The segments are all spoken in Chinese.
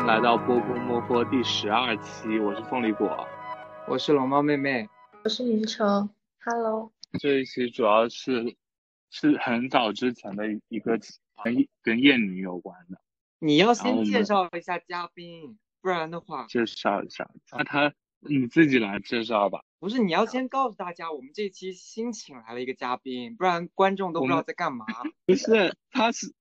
来到波波摸佛第12期，我是凤梨果， 我是龙猫妹妹， 我是明成 ，Hello。 这一期主要是很早之前的一个跟艳女有关的。 你要先介绍一下嘉宾，不然的话介绍一下，那你自己来介绍吧。 不是，你要先告诉大家，我们这期新请来了一个嘉宾，不然观众都不知道在干嘛。 不是，他是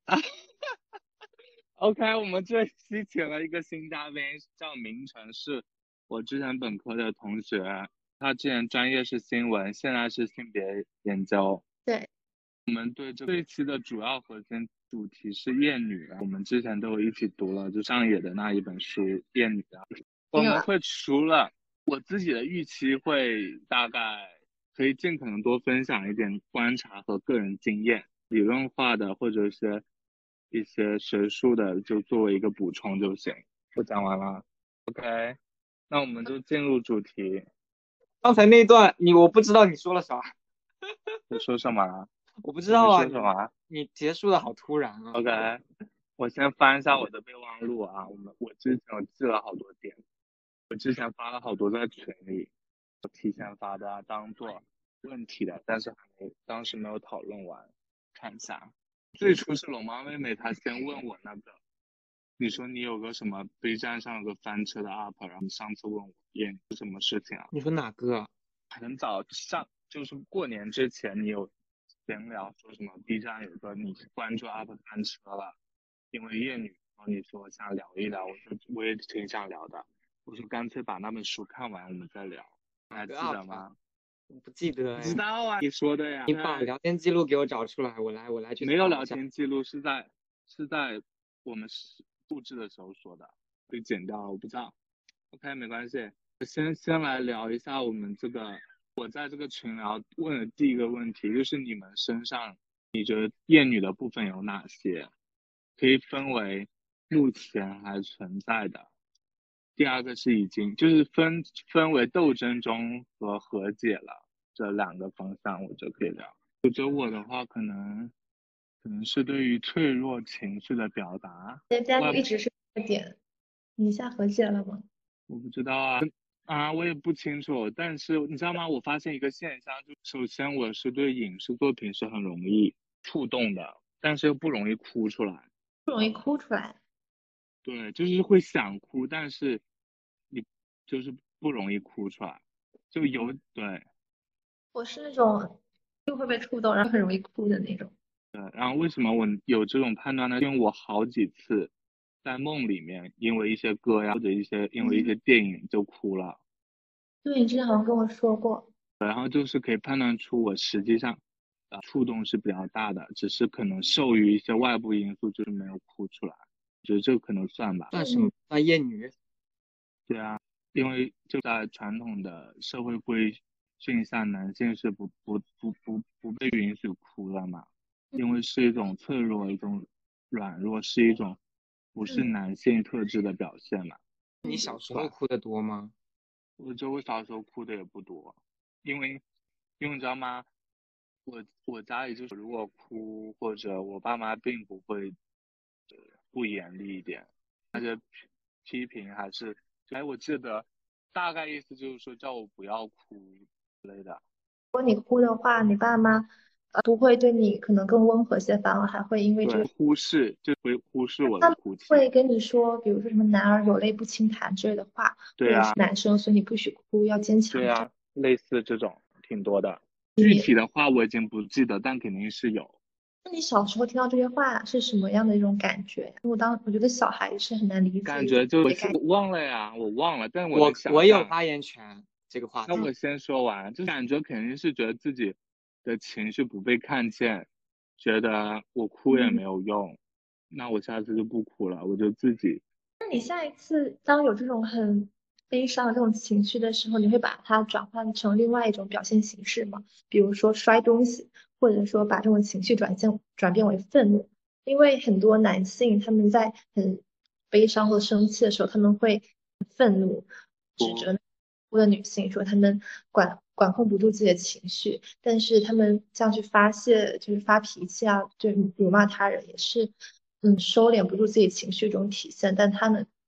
OK， 我们这期请了一个新嘉宾，叫明成，是我之前本科的同学，他之前专业是新闻，现在是性别研究。 对， 我们对这一期的主要核心主题是厌女，我们之前都有一起读了就上野的那一本书《厌女》的。我们会除了我自己的预期，会大概可以尽可能多分享一点观察和个人经验，理论化的或者是一些学术的就作为一个补充就行。我讲完了 OK， 那我们就进入主题。 刚才那段我不知道你说了啥。 你说什么了？ 我不知道啊。 你说什么？ 你结束的好突然啊。 OK， 我先翻一下我的备忘录啊，我之前有记了好多点，我之前发了好多在群里，我提前发的啊，当做问题的，但是当时没有讨论完。看一下，最初是龙猫妹妹她先问我那个，你说你有个什么 B 站上有个翻车的 UP， 然后你上次问我是什么事情啊？ 你说哪个？ 很早就是过年之前你有闲聊说什么 B 站有个你关注 UP 翻车了，因为厌女，然后你说想聊一聊，我说我也挺想聊的，我说干脆把那本书看完我们再聊，你还记得吗？ 我不记得。 知道啊，你说的呀。 你把聊天记录给我找出来，我来去。 没有聊天记录，是在我们录制的时候说的，被剪掉了，我不知道。OK， 没关系。先来聊一下我们这个，我在这个群聊问的第一个问题，就是你们身上你觉得厌女的部分有哪些？可以分为目前还存在的。第二个是已经就是分为斗争中和和解了这两个方向，我就可以聊。我觉得我的话可能是对于脆弱情绪的表达。 家里一直是这个点，你一下和解了吗？ 我不知道啊，我也不清楚。但是你知道吗？我发现一个现象，就首先我是对影视作品是很容易触动的，但是又不容易哭出来。 不容易哭出来。 对，就是会想哭，但是你就是不容易哭出来，就有对。 我是那种又会被触动，然后很容易哭的那种。 对，然后为什么我有这种判断呢？因为我好几次在梦里面，因为一些歌呀，或者因为一些电影就哭了。 对，你之前好像跟我说过。 然后就是可以判断出我实际上触动是比较大的，只是可能受于一些外部因素，就是没有哭出来。我觉得这个可能算吧。 算什么？算厌女？ 对啊，因为就在传统的社会规训下，男性是不被允许哭的嘛，因为是一种脆弱，一种软弱，是一种不是男性特质的表现嘛。 你小时候哭的多吗？ 我觉得我小时候哭的也不多，因为你知道吗？我家里就是如果哭或者我爸妈并不会不严厉一点，那些批评还是我记得大概意思就是说叫我不要哭之类的。 如果你哭的话，你爸妈不会对你可能更温和些，反而还会因为这个忽视我的哭泣。 他会跟你说，比如说什么男儿有泪不轻弹之类的话， 对啊， 男生所以你不许哭，要坚强。 对啊，类似这种挺多的。具体的话我已经不记得，但肯定是有。 那你小时候听到这些话是什么样的一种感觉？我觉得小孩是很难理解。 感觉就我忘了呀，我忘了，但我有发言权这个话题。 那我先说完，就感觉肯定是觉得自己的情绪不被看见，觉得我哭也没有用，那我下次就不哭了，我就自己。 那你下一次当有这种很悲伤的这种情绪的时候，你会把它转换成另外一种表现形式吗？比如说摔东西，或者说把这种情绪转变为愤怒？因为很多男性他们在很悲伤或生气的时候，他们会愤怒，指责的女性说他们管控不住自己的情绪，但是他们这样去发泄，就是发脾气啊，就是辱骂他人，也是收敛不住自己情绪一种体现。但他们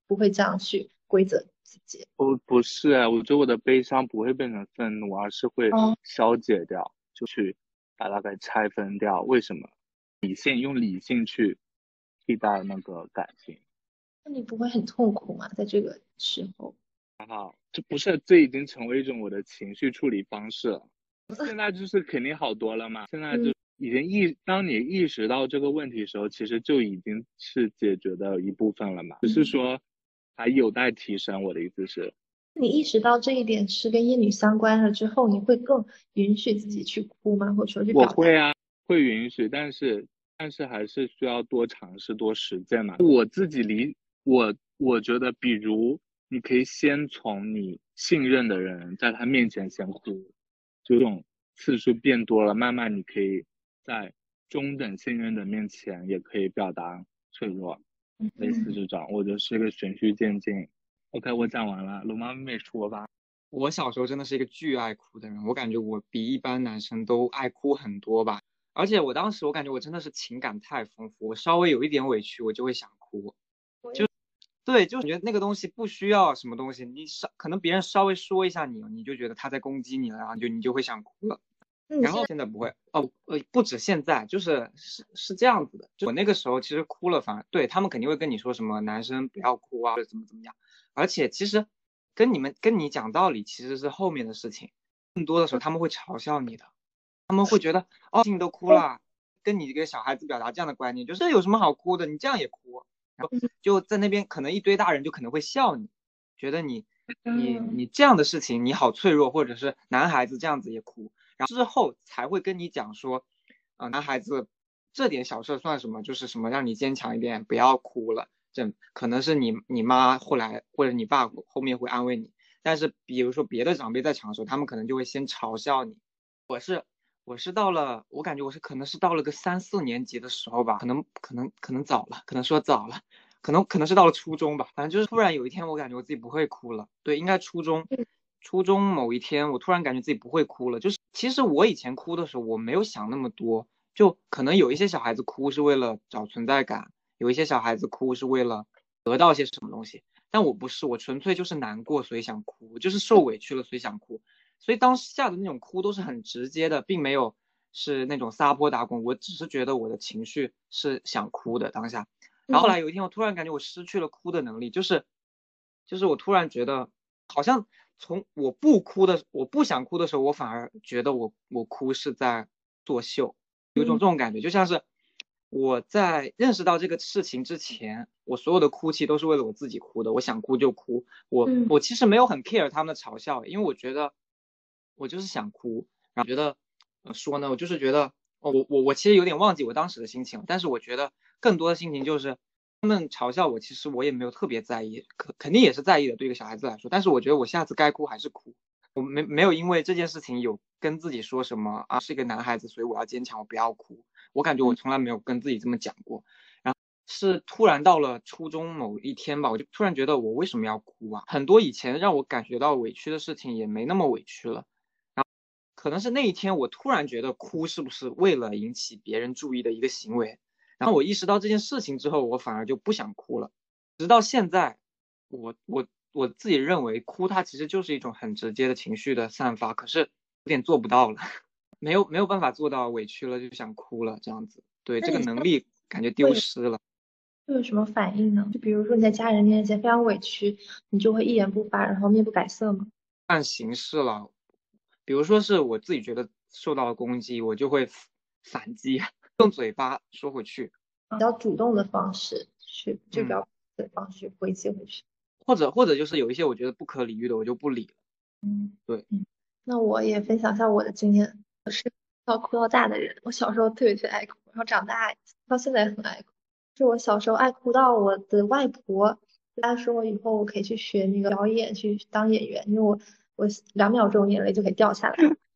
不会这样去规则自己。 不是哎，我觉得我的悲伤不会变成愤怒，而是会哦， 消解掉，就去把它给拆分掉。为什么？用理性去替代那个感情。 那你不会很痛苦吗？在这个时候？ 这不是，这已经成为一种我的情绪处理方式了。现在就是肯定好多了嘛，现在就已经当你意识到这个问题的时候，其实就已经是解决的一部分了嘛，只是说还有待提升。我的意思是， 你意识到这一点是跟厌女相关了之后，你会更允许自己去哭吗？或者说去表达？ 会允许，但是还是需要多尝试多实践嘛。我觉得，比如你可以先从你信任的人在他面前先哭，就这种次数变多了，慢慢你可以在中等信任的面前也可以表达脆弱，类似这种，我觉得是一个循序渐进。OK，我讲完了，龙妈妹说吧。 我小时候真的是一个巨爱哭的人，我感觉我比一般男生都爱哭很多吧。而且我当时我感觉我真的是情感太丰富，我稍微有一点委屈我就会想哭。对，就感觉那个东西不需要什么东西，可能别人稍微说一下你就觉得他在攻击你了，然后你就会想哭了。然后现在不会不止现在，是这样子的。就我那个时候其实哭了，反而对他们肯定会跟你说什么男生不要哭啊，或者怎么样。而且其实跟你讲道理其实是后面的事情，更多的时候他们会嘲笑你的，他们会觉得你都哭了，跟你这个小孩子表达这样的观念，就是这有什么好哭的，你这样也哭。然后就在那边可能一堆大人就可能会笑你，觉得你这样的事情你好脆弱，或者是男孩子这样子也哭。然后之后才会跟你讲说，男孩子这点小事算什么？就是什么让你坚强一点，不要哭了。这可能是你妈后来或者你爸后面会安慰你，但是比如说别的长辈在场的时候，他们可能就会先嘲笑你。我是到了，我感觉可能是到了个3、4年级的时候吧，可能早了，可能说早了，可能是到了初中吧，反正就是突然有一天我感觉我自己不会哭了，对，应该初中某一天我突然感觉自己不会哭了，就是其实我以前哭的时候我没有想那么多，就可能有一些小孩子哭是为了找存在感，有一些小孩子哭是为了得到些什么东西，但我不是，我纯粹就是难过所以想哭，就是受委屈了所以想哭。所以当下的那种哭都是很直接的，并没有是那种撒泼打滚，我只是觉得我的情绪是想哭的当下。然后后来有一天我突然感觉我失去了哭的能力，就是我突然觉得好像从我不想哭的时候，我反而觉得我哭是在作秀，有种这种感觉，就像是我在认识到这个事情之前，我所有的哭泣都是为了我自己哭的，我想哭就哭，我其实没有很 care 他们的嘲笑，因为我觉得我就是想哭，然后觉得说呢，我就是觉得我其实有点忘记我当时的心情，但是我觉得更多的心情就是他们嘲笑我，其实我也没有特别在意，肯定也是在意的，对一个小孩子来说，但是我觉得我下次该哭还是哭，我没有因为这件事情有跟自己说什么是一个男孩子，所以我要坚强，我不要哭，我感觉我从来没有跟自己这么讲过。然后是突然到了初中某一天吧，我就突然觉得我为什么要哭啊？很多以前让我感觉到委屈的事情也没那么委屈了。可能是那一天我突然觉得哭是不是为了引起别人注意的一个行为，然后我意识到这件事情之后，我反而就不想哭了。直到现在，我自己认为哭它其实就是一种很直接的情绪的散发，可是有点做不到了，没有办法做到委屈了就想哭了这样子。对，这个能力感觉丢失了。 会有什么反应呢？就比如说你在家人面前非常委屈，你就会一言不发，然后面不改色吗？ 看形式了，比如说是我自己觉得受到了攻击，我就会反击，用嘴巴说回去， 比较主动的方式去，就比较的方式回击回去。 或者就是有一些我觉得不可理喻的，我就不理了。对。 那我也分享一下我的经验。我是到哭到大的人，我小时候特别爱哭，然后长大到现在也很爱哭。是我小时候爱哭到我的外婆，她说我以后我可以去学那个表演，去当演员，因为我2秒钟眼泪就可以掉下来。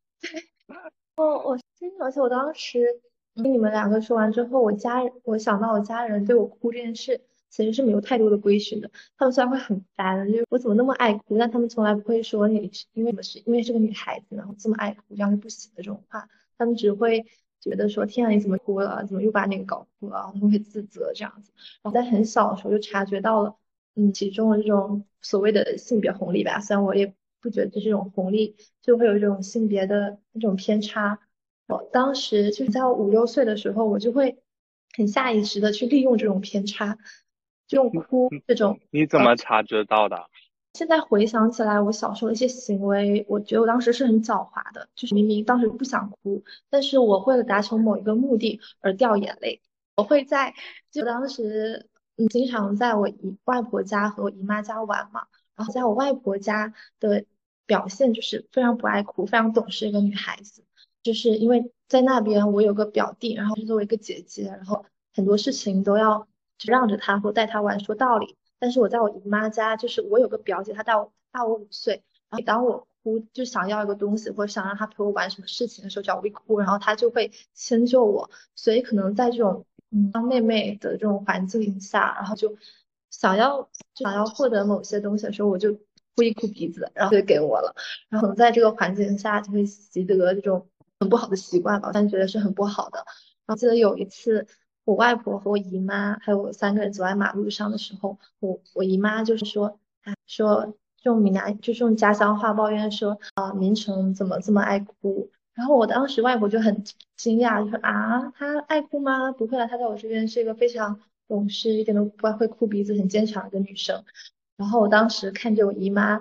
而且我当时跟你们两个说完之后，我想到我家人对我哭这件事其实是没有太多的规训的。他们虽然会很烦，就是我怎么那么爱哭，但他们从来不会说你是因为什么事，因为是个女孩子，然后这么爱哭，这样是不行的这种话。他们只会觉得说天啊你怎么哭了，怎么又把那个搞哭了，他们会自责这样子。然后在很小的时候就察觉到了其中的这种所谓的性别红利吧，虽然我也不觉得这是一种红利，就会有一种性别的那种偏差。我当时就是在我5、6岁的时候，我就会很下意识的去利用这种偏差，就用哭这种。 你怎么察觉到的？ 现在回想起来，我小时候的一些行为，我觉得我当时是很狡猾的，就是明明当时不想哭，但是我为了达成某一个目的而掉眼泪。就当时经常在我外婆家和我姨妈家玩嘛，然后在我外婆家的表现就是非常不爱哭，非常懂事一个女孩子。就是因为在那边我有个表弟，然后是作为一个姐姐，然后很多事情都要就让着她或带她玩说道理。但是我在我姨妈家，就是我有个表姐，她大我5岁，然后当我哭就想要一个东西或者想让她陪我玩什么事情的时候，只要我一哭，然后她就会迁就我。所以可能在这种当妹妹的这种环境下，然后就想要获得某些东西的时候，我就哭一哭鼻子，然后就给我了。然后可能在这个环境下就会习得这种很不好的习惯吧，我现在觉得是很不好的。然后记得有一次，我外婆和我姨妈还有我3个人走在马路上的时候，我姨妈就是说这种闽南就这种家乡话抱怨说明成怎么这么爱哭。然后我当时外婆就很惊讶，就说她爱哭吗？不会啊，她在我这边是一个非常懂事，一点都不会哭鼻子，很坚强的一个女生。然后我当时看着我姨妈，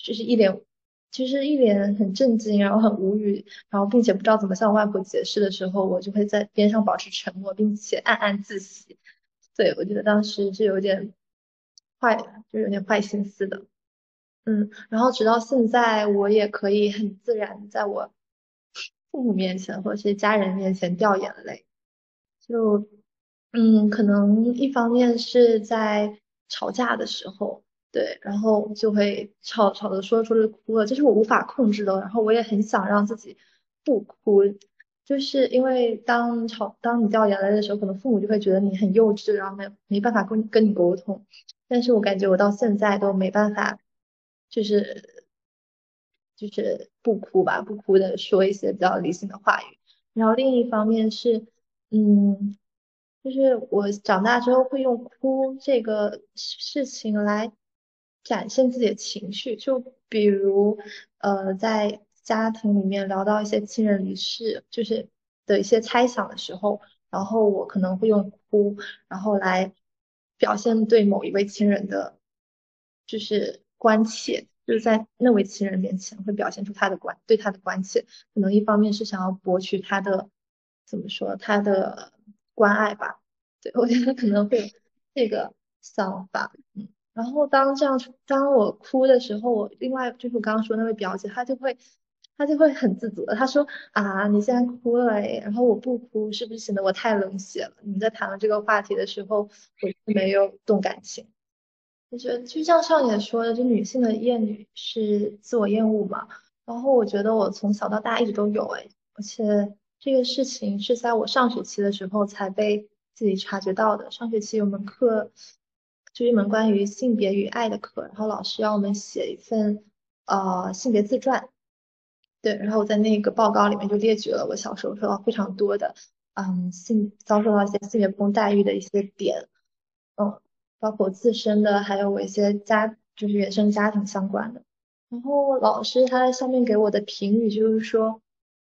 就是一脸很震惊，然后很无语，然后并且不知道怎么向外婆解释的时候，我就会在边上保持沉默，并且暗暗自喜。对，我觉得当时是有点坏，就有点坏心思的。然后直到现在，我也可以很自然地在我父母面前或者是家人面前掉眼泪。就可能一方面是在吵架的时候，对，然后就会吵着说着哭了，这是我无法控制的。然后我也很想让自己不哭，就是因为当你掉眼泪的时候，可能父母就会觉得你很幼稚，然后没办法跟你沟通。但是我感觉我到现在都没办法，就是不哭吧，不哭的说一些比较理性的话语。然后另一方面是，嗯，就是我长大之后会用哭这个事情来展现自己的情绪，就比如在家庭里面聊到一些亲人离世，就是的一些猜想的时候，然后我可能会用哭，然后来表现对某一位亲人的就是关切，就是在那位亲人面前会表现出对他的关切，可能一方面是想要博取他的怎么说他的关爱吧。对，我觉得可能会有这个想法。然后当我哭的时候，我另外就是我刚刚说那位表姐，她就会很自责，她说你现在哭了诶，然后我不哭是不是显得我太冷血了？你们在谈论这个话题的时候，我是没有动感情。我觉得就像上也说的，就女性的厌女是自我厌恶嘛。然后我觉得我从小到大一直都有诶，而且这个事情是在我上学期的时候才被自己察觉到的。上学期有门课，就一门关于性别与爱的课，然后老师要我们写一份性别自传。对，然后我在那个报告里面就列举了我小时候受到非常多的遭受到一些性别不公待遇的一些点。嗯，包括自身的，还有我一些就是原生家庭相关的。然后老师他在下面给我的评语就是说，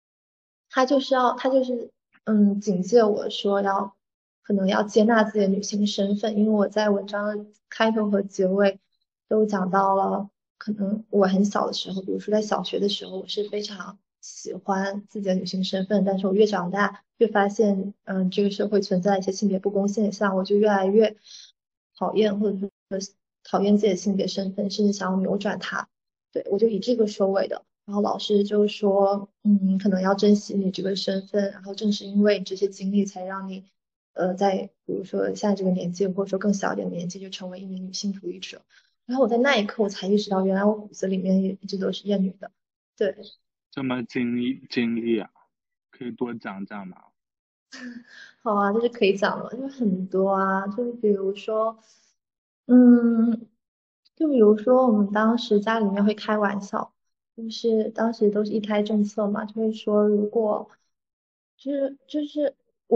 他就是警戒我说可能要接纳自己的女性身份，因为我在文章的开头和结尾都讲到了，可能我很小的时候，比如说在小学的时候，我是非常喜欢自己的女性身份，但是我越长大越发现，这个社会存在一些性别不公现象，我就越来越讨厌或者说讨厌自己的性别身份，甚至想要扭转它。对，我就以这个收尾的。然后老师就说，可能要珍惜你这个身份，然后正是因为你这些经历，才让你，在比如说现在这个年纪，或者说更小一点的年纪，就成为一名女性主义者。然后我在那一刻，我才意识到，原来我骨子里面也一直都是厌女的。对， 这么经历啊，可以多讲讲吗？ 好啊，这是可以讲的，就是很多啊，就是比如说，嗯，就比如说我们当时家里面会开玩笑，就是当时都是一胎政策嘛，就会说如果就是我的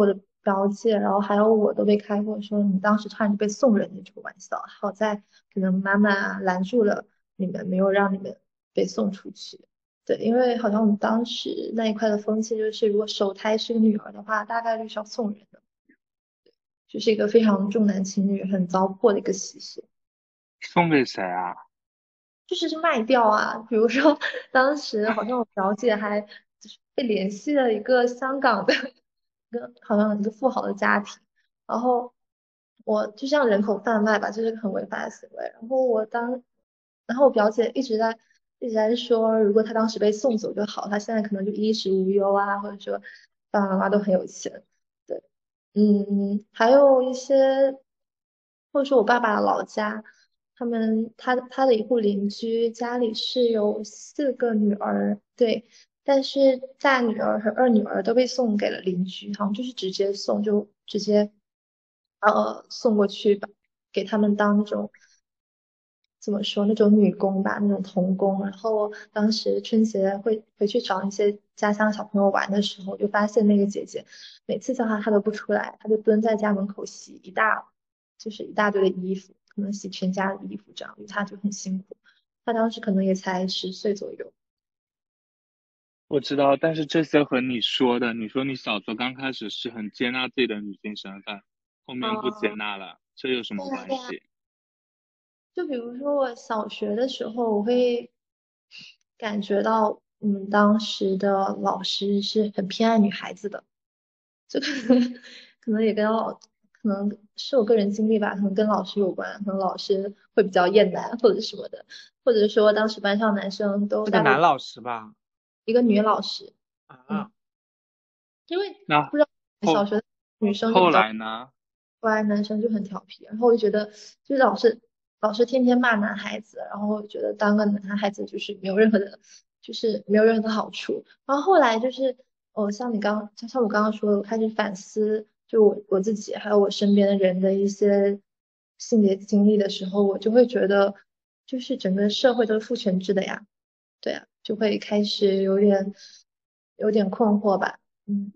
表姐，然后还有我都被开过说你当时差点就被送人的这个玩笑，好在可能妈妈拦住了你们，没有让你们被送出去。对，因为好像我们当时那一块的风气就是，如果首胎是个女儿的话，大概率是要送人的，就是一个非常重男轻女、很糟粕的一个习俗。 送给谁啊？ 就是卖掉啊，比如说当时好像我表姐还就是被联系了一个香港的一个好像一个富豪的家庭，然后我就像人口贩卖吧，这是个很违法的行为。然后我表姐一直在说，如果她当时被送走就好，她现在可能就衣食无忧啊，或者说爸爸妈妈都很有钱。对，还有一些，或者说我爸爸的老家。他的一户邻居家里是有4个女儿，对，但是大女儿和二女儿都被送给了邻居，好像就是直接送，就直接送过去吧，给他们当那种怎么说那种女工吧，那种童工。然后当时春节会回去找一些家乡小朋友玩的时候，就发现那个姐姐每次叫她都不出来，她就蹲在家门口洗就是一大堆的衣服，可能洗全家的衣服这样，因为她就很辛苦。她当时可能也才10岁左右。 我知道，但是这些和你说的，你说你小时候刚开始是很接纳自己的女性身份，后面不接嗯， 纳了，这有什么对呀，对呀。 关系？ 就比如说我小学的时候，我会感觉到，当时的老师是很偏爱女孩子的。这个可能也可能是我个人经历吧，可能跟老师有关，可能老师会比较厌男或者什么的，或者说当时班上男生都大多是个男老师吧？ 一个女老师。嗯， 啊， 因为那不知道小后学的女生就比后较， 来呢？ 后来男生就很调皮，然后我就觉得就是老师天天骂男孩子，然后我觉得当个男孩子就是没有任何的好处。然后后来就是像我刚刚说的，我开始反思，就我自己还有我身边的人的一些性别经历的时候，我就会觉得就是整个社会都是父权制的呀。对啊，就会开始有点困惑吧。嗯。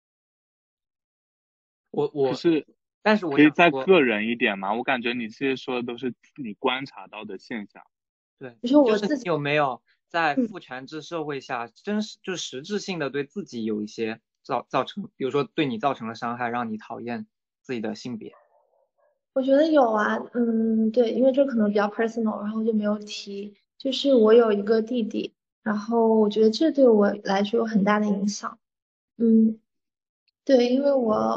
我， 可是但是我可以想说， 再个人一点吗？我感觉你这些说的都是你观察到的现象。 对， 你说就是你我自己， 有没有在嗯， 父权制社会下，就是实质性的对自己有一些造成，比如说对你造成了伤害，让你讨厌自己的性别。 我觉得有啊。对，因为这可能比较 personal，然后就没有提。就是我有一个弟弟，然后我觉得这对我来说有很大的影响。嗯，对，因为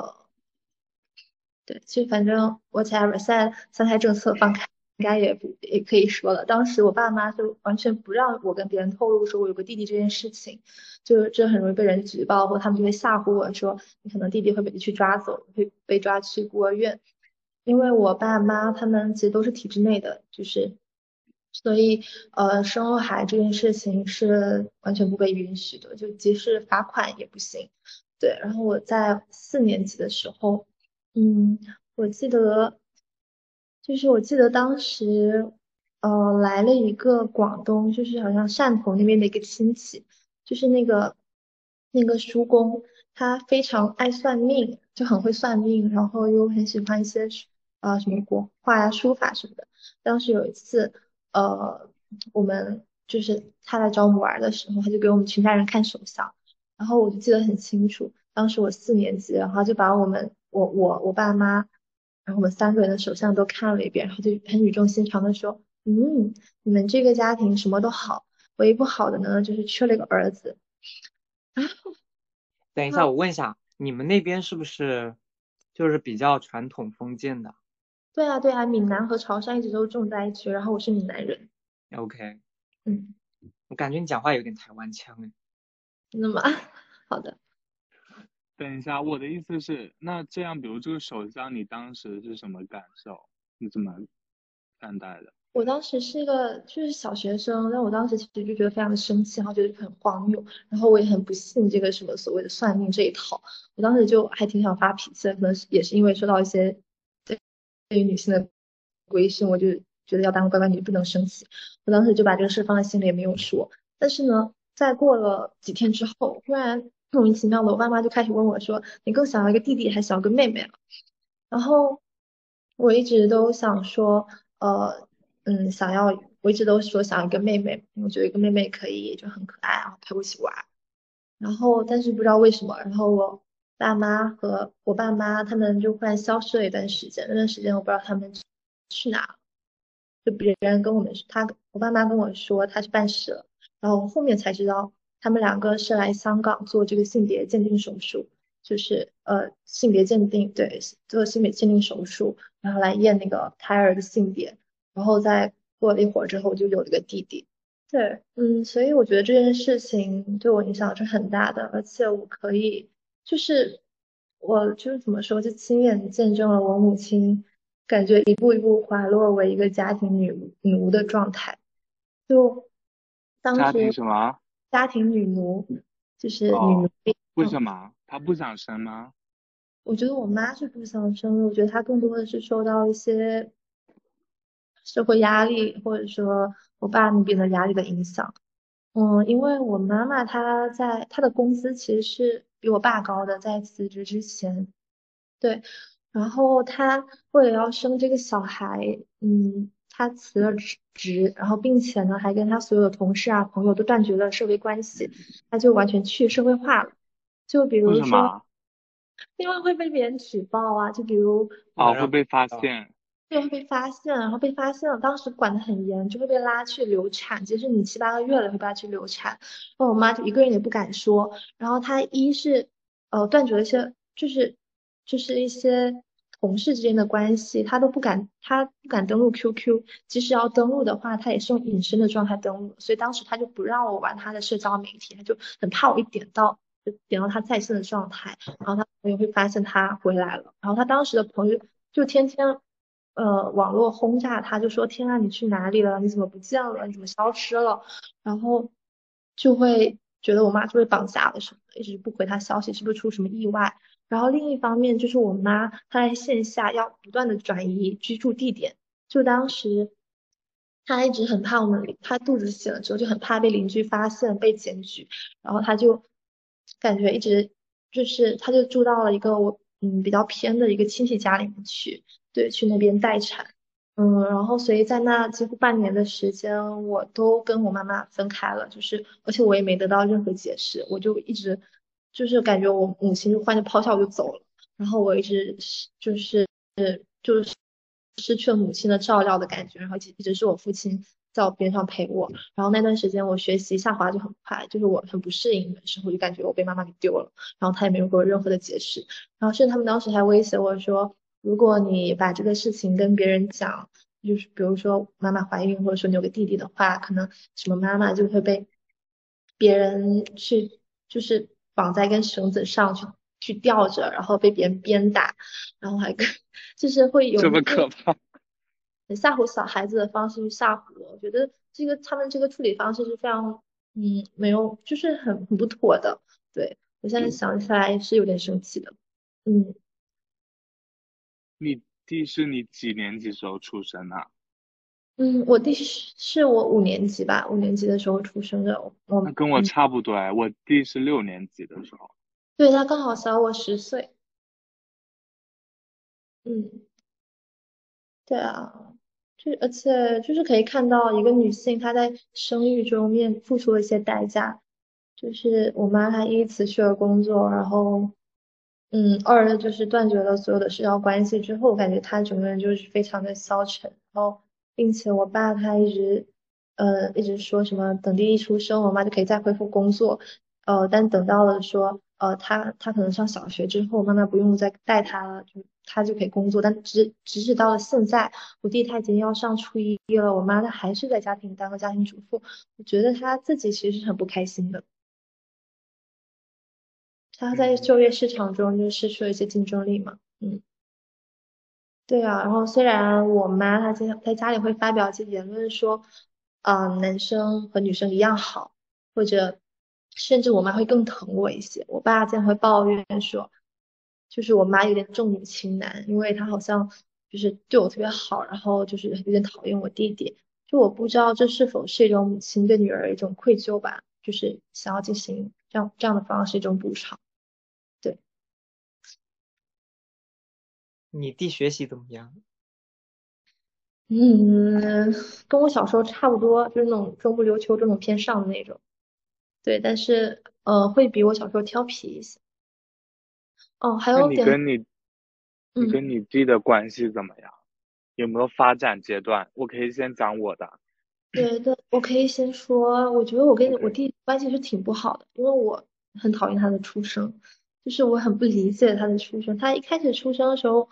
对，其实反正我才现在三胎政策放开，应该也可以说了。当时我爸妈就完全不让我跟别人透露说我有个弟弟这件事情，就这很容易被人举报，或他们就会吓唬我说你可能弟弟会被去抓走，会被抓去孤儿院。因为我爸妈他们其实都是体制内的，就是所以生孩这件事情是完全不被允许的，就即使罚款也不行。对，然后我在4年级的时候。嗯，我记得，我记得当时，来了一个广东，就是好像汕头那边的一个亲戚，就是那个叔公，他非常爱算命，就很会算命，然后又很喜欢一些什么国画呀、书法什么的。当时有一次，我们就是他来找我们玩儿的时候，他就给我们全家人看手相。然后我就记得很清楚，当时我4年级，然后就把我爸妈，然后我们3个人的手相都看了一遍，然后就很语重心长的说，你们这个家庭什么都好，唯一不好的呢就是缺了一个儿子。 等一下，我问一下，你们那边是不是就是比较传统封建的对啊对啊，闽南和潮汕一直都重在一起，然后我是闽南人。 ？OK， 嗯， 我感觉你讲话有点台湾腔哎。 真的吗？好的。 等一下，我的意思是，那这样，比如这个手相，你当时是什么感受？你怎么看待的？ 我当时是一个就是小学生，但我当时其实就觉得非常的生气，然后觉得很荒谬，然后我也很不信这个什么所谓的算命这一套，我当时就还挺想发脾气的，可能也是因为受到一些对于女性的规训，我就觉得要当个乖乖女，不能生气，我当时就把这个事放在心里也没有说，但是呢，在过了几天之后，忽然莫名其妙的，我爸妈就开始问我说：“你更想要一个弟弟还是想要个妹妹啊？”然后我一直都想说，呃，想要，我一直都说想要一个妹妹，我觉得一个妹妹可以就很可爱啊，陪我一起玩。然后但是不知道为什么，然后我爸妈和我爸妈他们就忽然消失了一段时间，那段时间我不知道他们去哪了，就别人跟我们我爸妈跟我说他去办事了，然后后面才知道他们两个是来香港做这个性别鉴定手术，就是性别鉴定，对，做性别鉴定手术，然后来验那个胎儿的性别，然后再过了一会儿之后就有了个弟弟。对，所以我觉得这件事情对我影响是很大的，而且我可以，就是我就是怎么说，就亲眼见证了我母亲感觉一步一步滑落为一个家庭女奴的状态。就当家庭时什么？ 家庭女奴，就是女奴。 哦，为什么他不想生吗？ 我觉得我妈是不想生的，我觉得她更多的是受到一些社会压力，或者说我爸那边的压力的影响。因为我妈妈她的工资其实是比我爸高的，在辞职之前，对。然后她为了要生这个小孩，她辞了职，然后并且呢还跟她所有的同事啊朋友都断绝了社会关系，她就完全去社会化了。就比为如说， 什么？ 因为会被别人举报啊，就比如哦， 不能让会被发啊， 现。 对，会被发现，然后被发现了，当时管得很严，就会被拉去流产。即使你7、8个月了，会被拉去流产。然后我妈就一个人也不敢说。然后她一是断绝了一些，就是一些同事之间的关系，她不敢登录 QQ，即使要登录的话，她也是用隐身的状态登录。所以当时她就不让我玩她的社交媒体，她就很怕我一点到。就点到她在线的状态，然后她朋友会发现她回来了，然后她当时的朋友就天天网络轰炸他，就说天啊，你去哪里了？你怎么不见了？你怎么消失了？然后就会觉得我妈就被绑架了什么的，一直不回他消息，是不是出什么意外？然后另一方面就是我妈她在线下要不断的转移居住地点，就当时她一直很怕她肚子醒了之后就很怕被邻居发现被检举，然后她就感觉一直就是她就住到了一个我比较偏的一个亲戚家里面去。对，去那边待产，然后所以在那几乎半年的时间，我都跟我妈妈分开了，就是而且我也没得到任何解释，我就一直就是感觉我母亲就换着抛下我就走了，然后我一直就是失去了母亲的照料的感觉，然后一直是我父亲在我边上陪我，然后那段时间我学习下滑就很快，就是我很不适应的时候，就感觉我被妈妈给丢了，然后他也没有给我任何的解释，然后甚至他们当时还威胁我说。如果你把这个事情跟别人讲，就是比如说妈妈怀孕，或者说你有个弟弟的话，可能什么妈妈就会被别人就是绑在一根绳子上去吊着，然后被别人鞭打，然后还跟就是会有这么用可怕？ 很吓唬小孩子的方式去吓唬我。我觉得他们这个处理方式是非常没有就是很不妥的。对，我现在想起来是有点生气的。嗯。 你弟是你几年级时候出生的？ 我弟是我5年级吧，5年级的时候出生的。 那跟我差不多哎，我弟是6年级的时候。 对，他刚好小我10岁。嗯，对啊，而且就是可以看到一个女性她在生育中付出了一些代价。就是我妈她一辞去了工作，然后二就是断绝了所有的社交关系之后，我感觉她整个人就是非常的消沉。然后，并且我爸他一直说什么等弟弟出生，我妈就可以再恢复工作。但等到了说他可能上小学之后，妈妈不用再带他了，他就可以工作。但直至到了现在，我弟他已经要上初一了，我妈她还是在家庭当个家庭主妇。我觉得她自己其实是很不开心的。他在嗯， 就业市场中就失去了一些竞争力嘛。对啊。然后虽然我妈她经常在家里会发表一些言论说，男生和女生一样好，或者甚至我妈会更疼我一些。我爸经常会抱怨说，就是我妈有点重女轻男，因为她好像就是对我特别好，然后就是有点讨厌我弟弟。就我不知道这是否是一种母亲对女儿的一种愧疚吧，就是想要进行这样的方式一种补偿。对。 你弟学习怎么样？ 嗯，跟我小时候差不多，就是那种中不溜秋、中等偏上的那种。对，但是会比我小时候调皮一些。哦，还那有点， 你嗯， 跟你弟的关系怎么样？有没有发展阶段？我可以先讲我的。 对对，我可以先说，我觉得我跟我 OK。 弟关系是挺不好的，因为我很讨厌他的出生，就是我很不理解他的出生。他一开始出生的时候，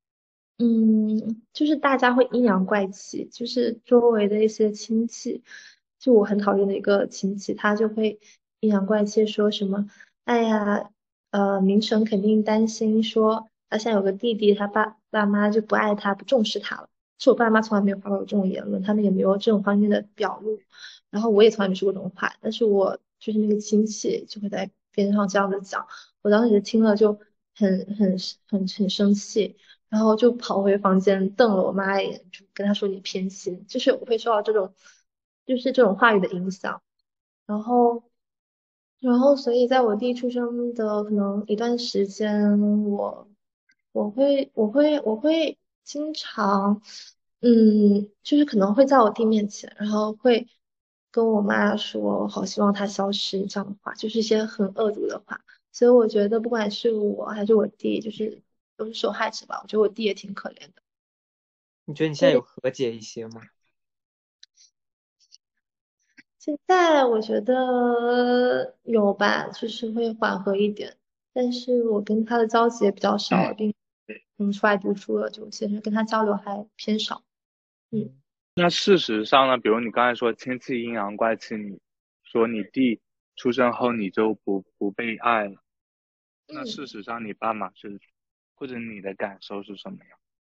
就是大家会阴阳怪气，就是周围的一些亲戚，就我很讨厌的一个亲戚，他就会阴阳怪气说什么，哎呀，明神肯定担心说他现在有个弟弟，他爸妈就不爱他，不重视他了。是我爸妈从来没有发表过这种言论，他们也没有这种方面的表露，然后我也从来没说过这种话，但是我就是那个亲戚就会在边上这样子讲，我当时听了就很生气。然后就跑回房间瞪了我妈一眼，就跟她说你偏心，就是我会受到这种，就是这种话语的影响。然后，所以在我弟出生的可能一段时间，我会经常，就是可能会在我弟面前，然后会跟我妈说，我好希望他消失这样的话，就是一些很恶毒的话。所以我觉得不管是我还是我弟，就是都是受害者吧。我觉得我弟也挺可怜的。 你觉得你现在有对， 和解一些吗？ 现在我觉得有吧，就是会缓和一点。但是我跟他的交集也比较少了，并出来读书了，就其实跟他交流还偏少。嗯嗯。 那事实上呢，比如你刚才说亲戚阴阳怪气，你说你弟出生后你就不被爱了，那嗯。 事实上你爸妈是，或者你的感受是什么样？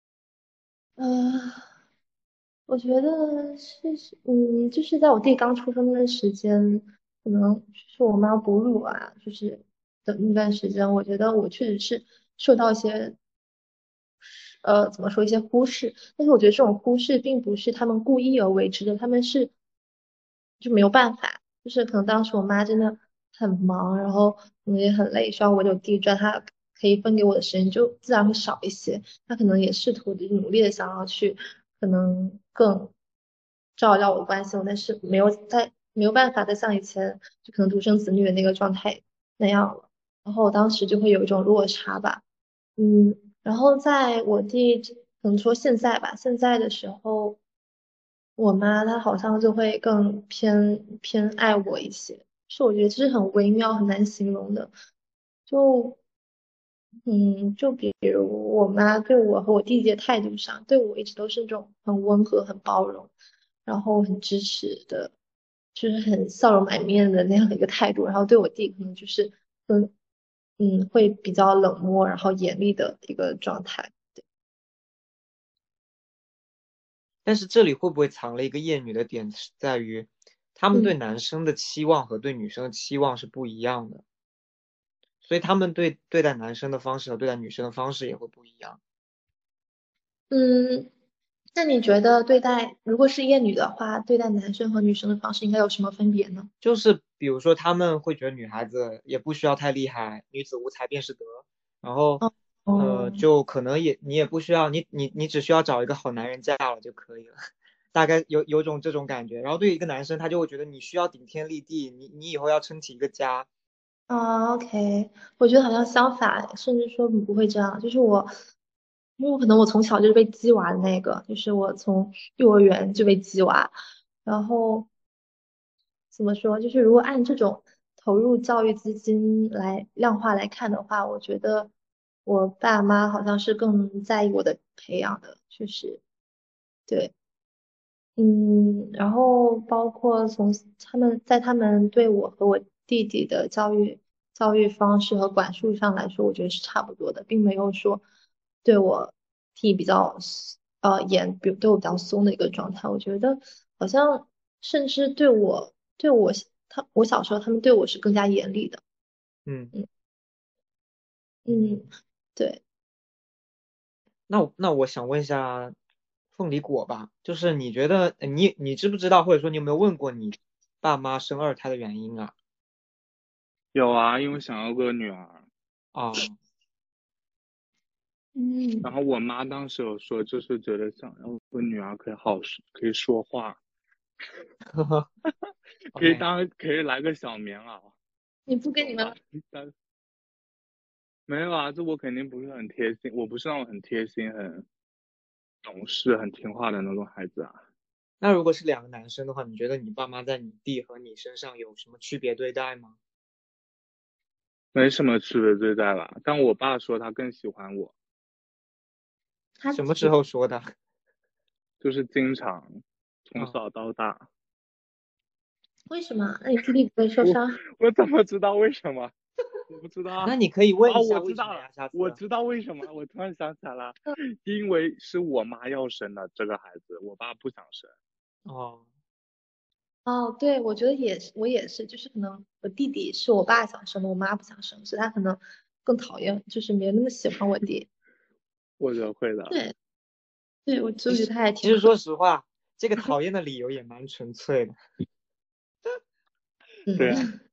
呃，我觉得就是在我弟刚出生那段时间，可能是我妈哺乳啊，就是的那段时间，我觉得我确实是受到一些怎么说一些忽视，但是我觉得这种忽视并不是他们故意而为之的，他们是就没有办法，就是可能当时我妈真的很忙，然后也很累，需要我有地赚，她可以分给我的时间就自然会少一些。她可能也试图的努力的想要去可能更照料我关心我，但是没有办法再像以前就可能独生子女的那个状态那样了，然后我当时就会有一种落差吧。然后在我弟可能说现在吧，现在的时候，我妈她好像就会更偏爱我一些，是我觉得这是很微妙很难形容的。就就比如我妈对我和我弟弟的态度上，对我一直都是那种很温和、很包容，然后很支持的，就是很笑容满面的那样的一个态度。然后对我弟可能就是更会比较冷漠，然后严厉的一个状态。 但是这里会不会藏了一个厌女的点，是在于他们嗯。 对男生的期望和对女生的期望是不一样的，所以他们对待男生的方式和对待女生的方式也会不一样。 嗯，那你觉得如果是厌女的话，对待男生和女生的方式应该有什么分别呢？ 就是比如说他们会觉得女孩子也不需要太厉害，女子无才便是德，然后哦，哦， 就可能你也不需要你只需要找一个好男人嫁了就可以了，大概有种这种感觉。然后对于一个男生，他就会觉得你需要顶天立地，你以后要撑起一个家。 OK，我觉得好像相反，甚至说不会这样。就是我，因为我可能我从小就是被鸡娃的那个，就是我从幼儿园就被鸡娃，然后怎么说，就是如果按这种投入教育资金来量化来看的话，我觉得我爸妈好像是更在意我的培养的，就是对。然后包括从他们对我和我弟弟的教育方式和管束上来说，我觉得是差不多的，并没有说对我弟比较严，对我比较松的一个状态。我觉得好像甚至我小时候他们对我是更加严厉的。 嗯。 嗯嗯，对。 那我想问一下凤梨果吧，就是你觉得你知不知道，或者说你有没有问过你爸妈生二胎的原因啊？ 有啊，因为想要个女儿。 哦， 然后我妈当时有说，就是觉得想要个女儿可以说话， OK， 可以来个小棉袄， 你不跟你懂吧？ 妈妈， 没有啊，这我肯定不是很贴心，我不是那种很贴心、很懂事、很听话的那种孩子啊。 那如果是两个男生的话，你觉得你爸妈在你弟和你身上有什么区别对待吗？ 没什么区别对待吧。但我爸说他更喜欢我， 他什么时候说的？ 就是经常从啊、 小到大。 为什么？那你弟弟不会受我伤？ 我怎么知道为什么？我不知道啊。 那你可以问哦， 一下我知道了， 为什么呀？下次。 我知道为什么，我突然想起来了，因为是我妈要生的这个孩子，我爸不想生。 哦， 哦，对，我觉得也是，我也是，就是可能我弟弟是我爸想生的，我妈不想生，所以他可能更讨厌，就是没有那么喜欢我弟。 我觉得会的。 对，对，我就觉得他还挺好。 其实说实话，这个讨厌的理由也蛮纯粹的。 对啊。 嗯，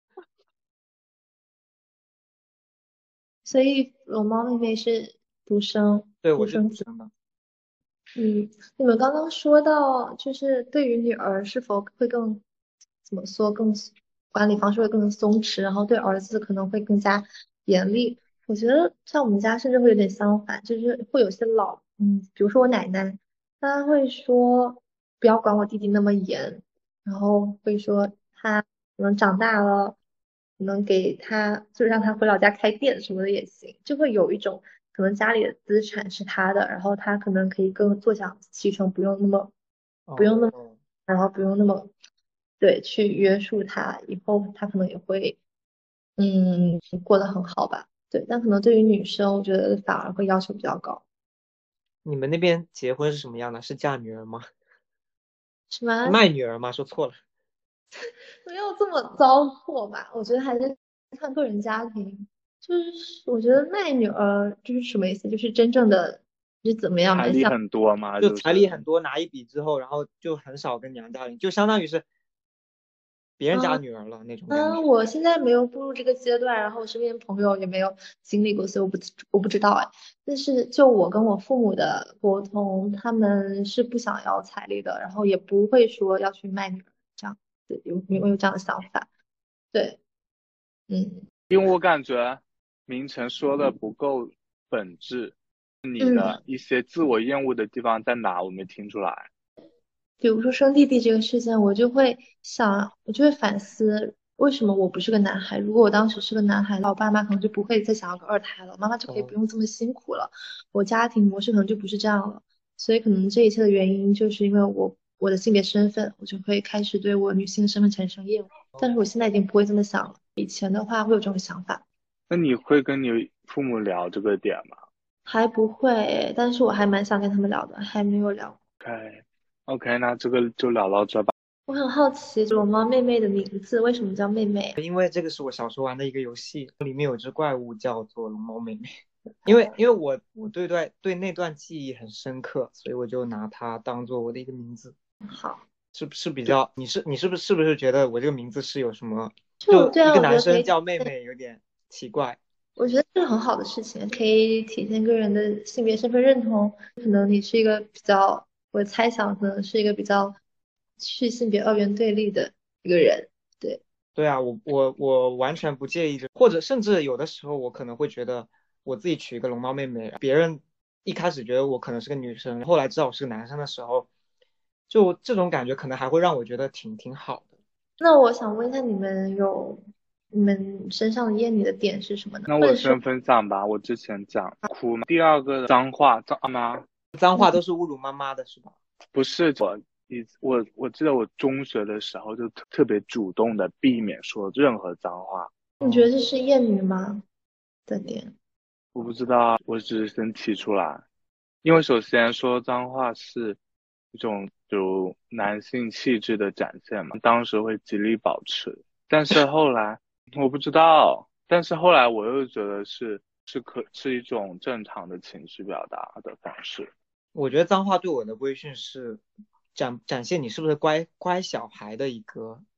所以龙猫妹妹是独生， 对，我是独生子。 独生的。 嗯，你们刚刚说到，就是对于女儿是否会更，怎么说，更管理方式会更松弛，然后对儿子可能会更加严厉。我觉得像我们家甚至会有点相反，就是会有些比如说我奶奶，她会说不要管我弟弟那么严，然后会说他可能长大了，可能给他就让他回老家开店什么的也行，就会有一种可能家里的资产是他的，然后他可能可以更坐享其成，不用那么， 哦， 然后不用那么对去约束他，以后他可能也会过得很好吧。对，但可能对于女生，我觉得反而会要求比较高。 你们那边结婚是什么样的？是嫁女儿吗？ 什么卖女儿吗？说错了。 没有这么糟粕吧？我觉得还是看个人家庭。就是我觉得卖女儿就是什么意思？就是真正的是怎么样彩礼蛮像。 很多嘛， 就就是彩礼很多，拿一笔之后，然后就很少跟娘家人，就相当于是别人家嗯女儿了那种感觉。 我现在没有步入这个阶段，然后我身边朋友也没有经历过，所以我不知道哎。但是就我跟我父母的沟通，他们是不想要彩礼的，然后也不会说要去卖女儿这样。对，有这样的想法。对，嗯因为我感觉明晨说的不够本质，你嗯。 的一些自我厌恶的地方在哪？我没听出来。 比如说生弟弟这个事情，我就会想，我就会反思，为什么我不是个男孩？如果我当时是个男孩，那我爸妈可能就不会再想要个二胎了，妈妈就可以不哦， 用这么辛苦了，我家庭模式可能就不是这样了。所以可能这一切的原因，就是因为我的性别身份，我就会开始对我女性身份产生厌恶。但是我现在已经不会这么想了，以前的话会有这种想法， 那你会跟你父母聊这个点吗还不会，但是我还蛮想跟他们聊的，还没有聊。 ？OK，OK，那这个就聊到这吧。 我很好奇，龙猫妹妹的名字为什么叫妹妹？ 因为这个是我小时候玩的一个游戏，里面有只怪物叫做龙猫妹妹。因为我对那段记忆很深刻，所以我就拿它当做我的一个名字。 好。 是比较，你是不是觉得我这个名字是有什么？就对啊， 一个我觉得可以， 男生叫妹妹有点奇怪。 我觉得这是很好的事情，可以体现个人的性别身份认同。可能你是一个比较，我猜想可能是一个比较去性别二元对立的一个人。对， 对啊，我完全不介意这，或者甚至有的时候我可能会觉得我自己取一个龙猫妹妹，别人一开始觉得我可能是个女生，后来知道我是个男生的时候，就这种感觉可能还会让我觉得挺好的。 那我想问一下，你们身上的厌女的点是什么呢？ 那或者说， 我先分享吧，我之前讲哭嘛，第二个脏话，脏吗？ 脏话嗯， 都是侮辱妈妈的是吧？ 不是我记得我中学的时候就特别主动的避免说任何脏话。 你觉得哦， 这是厌女吗的点？ 我不知道，我只是先提出来，因为首先说脏话是一种就男性气质的展现嘛，当时会极力保持，但是后来我不知道，但是后来我又觉得是一种正常的情绪表达的方式。 我觉得脏话对我的规训是展现你是不是乖乖小孩的一个，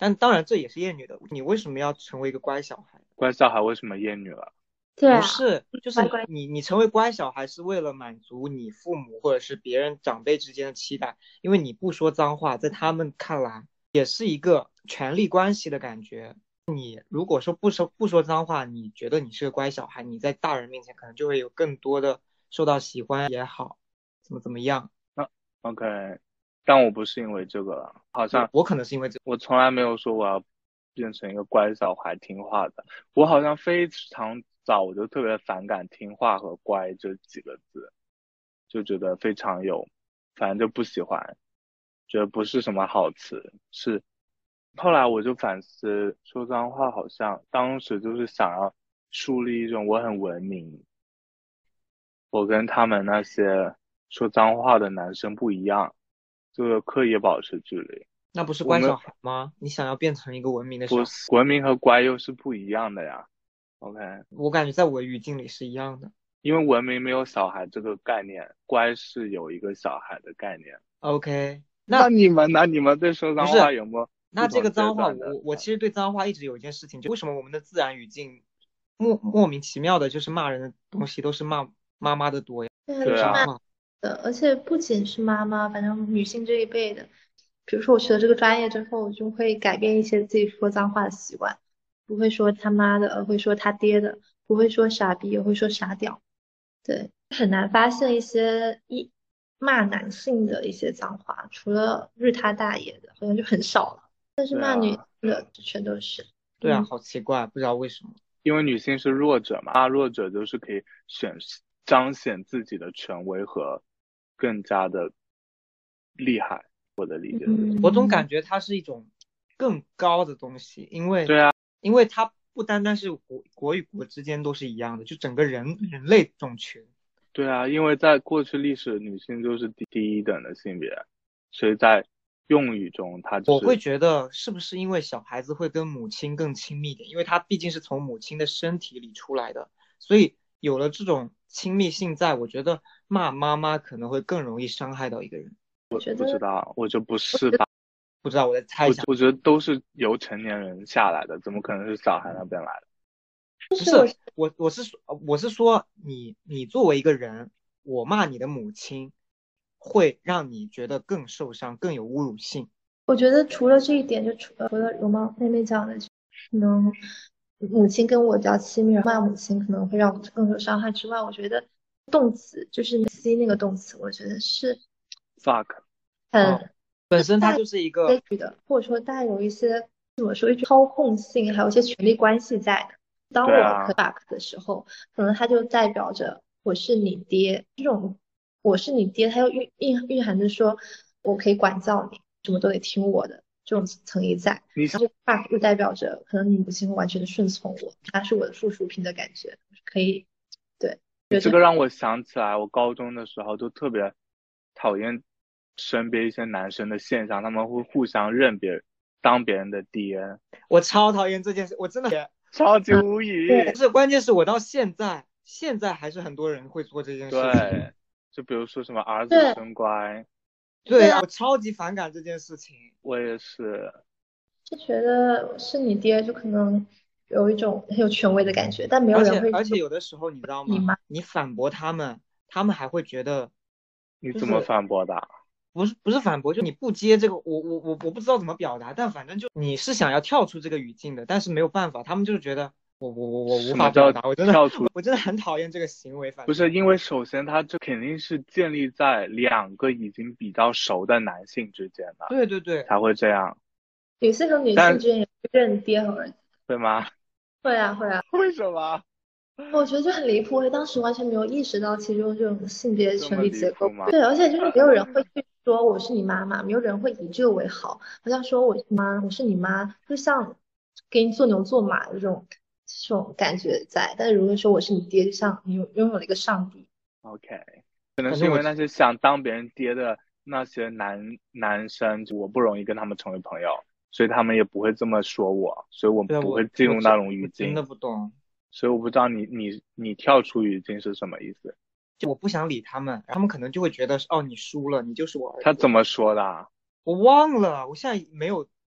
但当然这也是厌女的。你为什么要成为一个乖小孩？ 乖小孩为什么厌女了？ 不对啊， 是，就是乖乖， 你成为乖小孩是为了满足你父母或者是别人长辈之间的期待，因为你不说脏话，在他们看来也是一个权力关系的感觉。你如果说不说脏话，你觉得你是个乖小孩，你在大人面前可能就会有更多的受到喜欢也好，怎么样。 那 OK，但我不是因为这个了，好像我可能是因为这， 我从来没有说我要变成一个乖小孩、听话的。我好像非常早我就特别反感听话和乖这几个字，就觉得非常有，反正就不喜欢，觉得不是什么好词。是后来我就反思，说脏话好像当时就是想要树立一种我很文明，我跟他们那些说脏话的男生不一样，就是刻意保持距离。 那不是我们乖小孩吗？你想要变成一个文明的小孩， 不是文明和乖又是不一样的呀。OK， 我感觉在我语境里是一样的。 因为文明没有小孩这个概念，乖是有一个小孩的概念。 OK， 那那你们呢？你们对说脏不是， 话有没有不那这同阶个脏话， 段的？ 我其实对脏话一直有一件事情，就为什么我们的自然语境莫名其妙的，就是骂人的东西都是骂妈妈的多呀， 对啊， 这对啊， 都是妈脏话。 的，而且不仅是妈妈，反正女性这一辈的，比如说我学了这个专业之后，我就会改变一些自己说脏话的习惯，不会说他妈的，而会说他爹的，不会说傻逼，而会说傻屌。对，很难发现一些骂男性的一些脏话，除了日他大爷的，好像就很少了。但是骂女性对啊， 的全都是。 对啊， 嗯， 好奇怪，不知道为什么。 因为女性是弱者嘛，骂弱者就是可以彰显自己的权威和更加的厉害。我的理解是这样。 我总嗯， 感觉它是一种更高的东西，因为对啊， 它不单单是国与国之间都是一样的，就整个人类种群。 对啊，因为在过去历史，女性就是第一等的性别，所以在用语中，她就我会是觉得是不是因为小孩子会跟母亲更亲密一点，因为他毕竟是从母亲的身体里出来的，所以有了这种亲密性在，我觉得骂妈妈可能会更容易伤害到一个人。 我觉得， 不知道，我就不是吧？ 不知道，我在猜想。 我觉得都是由成年人下来的，怎么可能是小孩那边来的？ 不是，我是说你作为一个人，我骂你的母亲，会让你觉得更受伤，更有侮辱性。 我觉得除了这一点，就除了容貌妹妹讲的，可能母亲跟我比较亲密，骂母亲可能会让我更受伤害之外，我觉得动词就是“c” 那个动词，我觉得是 fuck， 哦， 很本身它就是一个。 规矩的，或者说带有一些怎么说一句操控性，还有一些权力关系在的。当对啊， 我可 fuck 的时候，可能它就代表着我是你爹，这种我是你爹，它又蕴含着说我可以管教你，什么都得听我的这种层意在。 你然后 fuck 又代表着可能你母亲会完全的顺从我，他是我的附属品的感觉，可以对，觉得这个让我想起来，我高中的时候就特别讨厌身边一些男生的现象，他们会互相当别人的爹， 我超讨厌这件事，我真的超级无语。 不是，关键是我到现在还是很多人会做这件事情。 对，就比如说什么儿子对真乖， 对， 对啊， 我超级反感这件事情。 我也是。 就觉得是你爹，就可能有一种很有权威的感觉，但没有而人会说且而且有的时候你知道吗？ 你妈。 你反驳他们，他们还会觉得你怎么就是反驳的？ 不是反驳，就你不接这个，我不知道怎么表达，但反正就你是想要跳出这个语境的，但是没有办法，他们就是觉得我无什么叫法表达，我真的跳出？ 我真的很讨厌这个行为，反正不是因为首先他这肯定是建立在两个已经比较熟的男性之间的， 对对对， 才会这样， 女性和女性但之间也会认爹和儿子。 对吗？ 会啊会啊， 为什么我觉得就很离谱，我当时完全没有意识到其中这种性别权这么力结构。 离谱吗？ 对，而且就是没有人会去说我是你妈妈，没有人会以这个为豪，好像说我是你妈，就像给你做牛做马的这种感觉在。但是如果说我是你爹，就像你拥有了一个上帝。 OK，可能反正我是因为那些想当别人爹的那些男生，我不容易跟他们成为朋友，所以他们也不会这么说我，所以我对不会进入那种语境， 我真的不懂， 所以我不知道你跳出语境是什么意思？ 就我不想理他们，他们可能就会觉得哦你输了，你就是我儿子。 他怎么说的啊？ 我忘了，我现在没有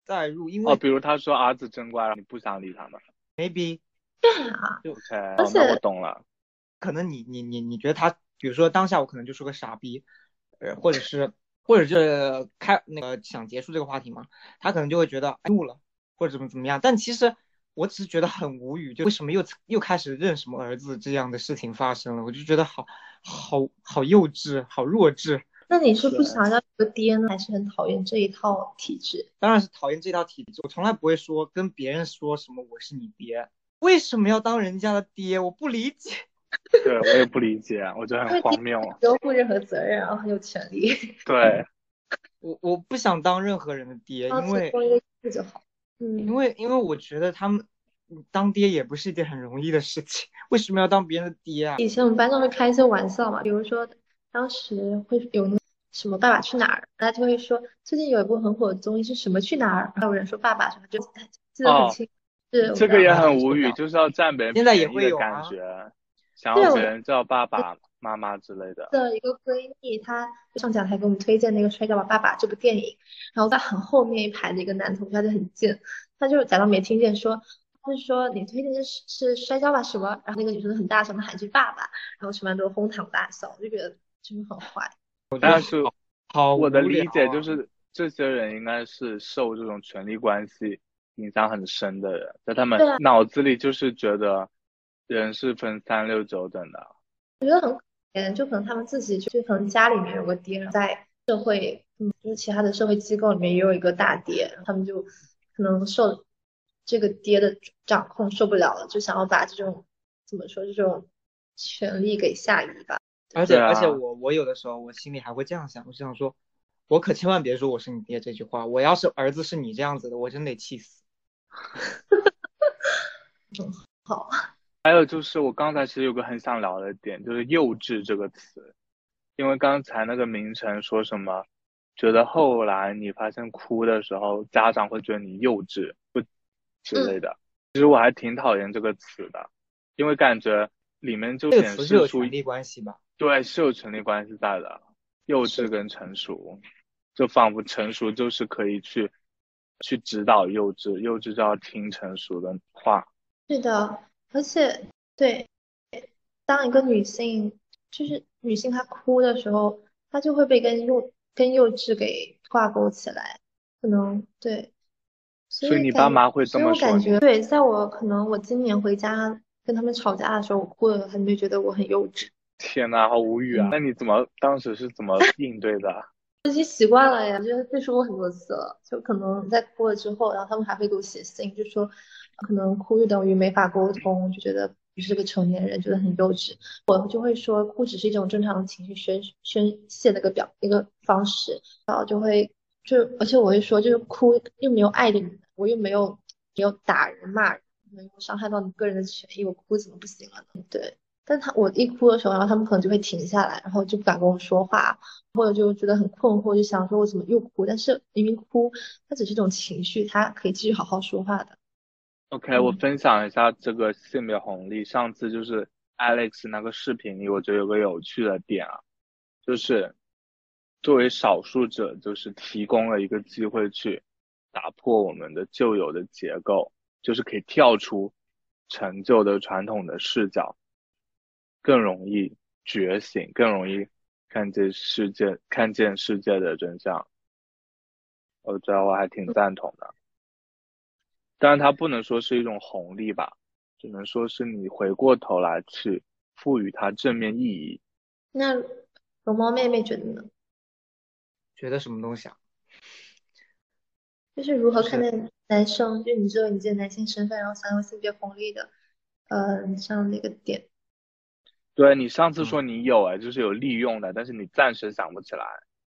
代入，因哦， 为比如他说儿子真乖，你不想理他们。 maybe 啊， OK， 而哦，那我且懂了。 可能你觉得他，比如说当下我可能就是个傻逼，或者是那个想结束这个话题嘛，他可能就会觉得哎怒了，或者怎么样。但其实我只是觉得很无语，就为什么又开始认什么儿子这样的事情发生了，我就觉得好幼稚，好弱智。 那你是不对， 想要有个爹呢，还是很讨厌这一套体制？ 当然是讨厌这套体制，我从来不会说跟别人说什么我是你爹，为什么要当人家的爹？我不理解。 对我也不理解，我觉得很因为爹荒谬。 不用负任何责任，然后很有权利， 对， 我不想当任何人的爹， 然后因为提供一个意志就好。 因为因为我觉得他们当爹也不是一件很容易的事情，为什么要当别人的爹啊？ 以前我们班上会开一些玩笑嘛，比如说当时会有那什么《爸爸去哪儿》，大家就会说最近有一部很火的综艺是什么去哪儿，还有人说爸爸什么，就记得很哦， 清。是我们这个也班上很无语，就是要占别人现在也便宜的会有啊。 感觉，想对， 要别我人叫爸爸妈妈之类的。 的一个闺蜜，她上讲台给我们推荐那个《摔跤吧，爸爸》这部电影，然后在很后面一排的一个男同学他就很贱，他就假装没听见说，他就说你推荐的是摔跤吧什么，然后那个女生很大声的喊句爸爸，然后全班都哄堂大笑，我就觉得真的很坏。 但是好我的无聊理解就啊。 是，这些人应该是受这种权力关系影响很深的人，在他们对啊， 脑子里就是觉得人是分3、6、9等的。 我觉得很可怜，就可能他们自己就可能家里面有个爹，在社会，就是其他的社会机构里面也有一个大爹，然后他们就可能受这个爹的掌控受不了了，就想要把这种怎么说这种权利给下移吧。 而且对啊， 我有的时候我心里还会这样想，我想说，我可千万别说我是你爹这句话，我要是儿子是你这样子的，我真得气死。 好， 还有就是我刚才其实有个很想聊的点，就是“幼稚”这个词，因为刚才那个明晨说什么，觉得后来你发现哭的时候，家长会觉得你幼稚之类嗯， 的。其实我还挺讨厌这个词的，因为感觉里面就这个显词是示出， 有权利关系吧？ 对，是有权利关系在的，幼是的， 稚跟成熟，就仿佛成熟就是可以去指导幼稚，幼稚就要听成熟的话。 是的，而且对，当一个女性，就是女性她哭的时候，她就会被跟幼稚给挂钩起来，可能对。 所以你爸妈会这所以我感觉， 么说你？ 对，在我可能我今年回家跟他们吵架的时候，我哭了，他们就觉得我很幼稚。 天呐，好无语啊！ 嗯， 那你当时是怎么应对的？ 已经习惯了呀，就是被说过很多次了。就可能在哭了之后，然后他们还会给我写信，就说可能哭就等于没法沟通，就觉得不是个成年人，觉得很幼稚。我就会说，哭只是一种正常的情绪宣泄的一个方式，然后就会而且我会说，就是哭又没有爱的你，我又没有打人骂人，没有伤害到你个人的权益，我哭怎么不行了呢？对。但我一哭的时候，然后他们可能就会停下来，然后就不敢跟我说话，或者就觉得很困惑，就想说我怎么又哭？但是明明哭，它只是一种情绪，它可以继续好好说话的。 OK，我嗯分享一下这个性别红利。上次就是 Alex 那个视频里，我觉得有个有趣的点啊，就是作为少数者，就是提供了一个机会去打破我们的旧有的结构，就是可以跳出陈旧的传统的视角，更容易觉醒，更容易看见世界的真相。我觉得我还挺赞同的。当然，它不能说是一种红利吧，只能说是你回过头来去赋予它正面意义。 那龙猫妹妹觉得呢？ 觉得什么东西啊？ 就是如何就是看待男生，就你作为你自己的男性身份，然后享有性别红利的，这样的一个点。 对，你上次嗯说你有，就是有利用的，但是你暂时想不起来。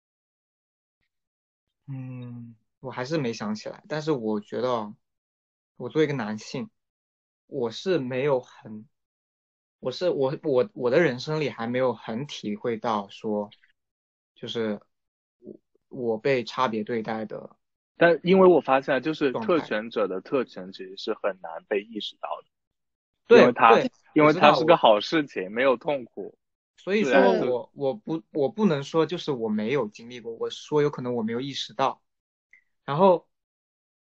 我还是没想起来，但是我觉得我作为一个男性，我是没有很，我是我的人生里还没有很体会到说，就是我被差别对待的但因为我发现，就是状态。 特权者的特权其实是很难被意识到的，因为它对对， 因为我知道， 它是个好事情，没有痛苦， 所以说自然就我不能说就是我没有经历过，我说有可能我没有意识到。然后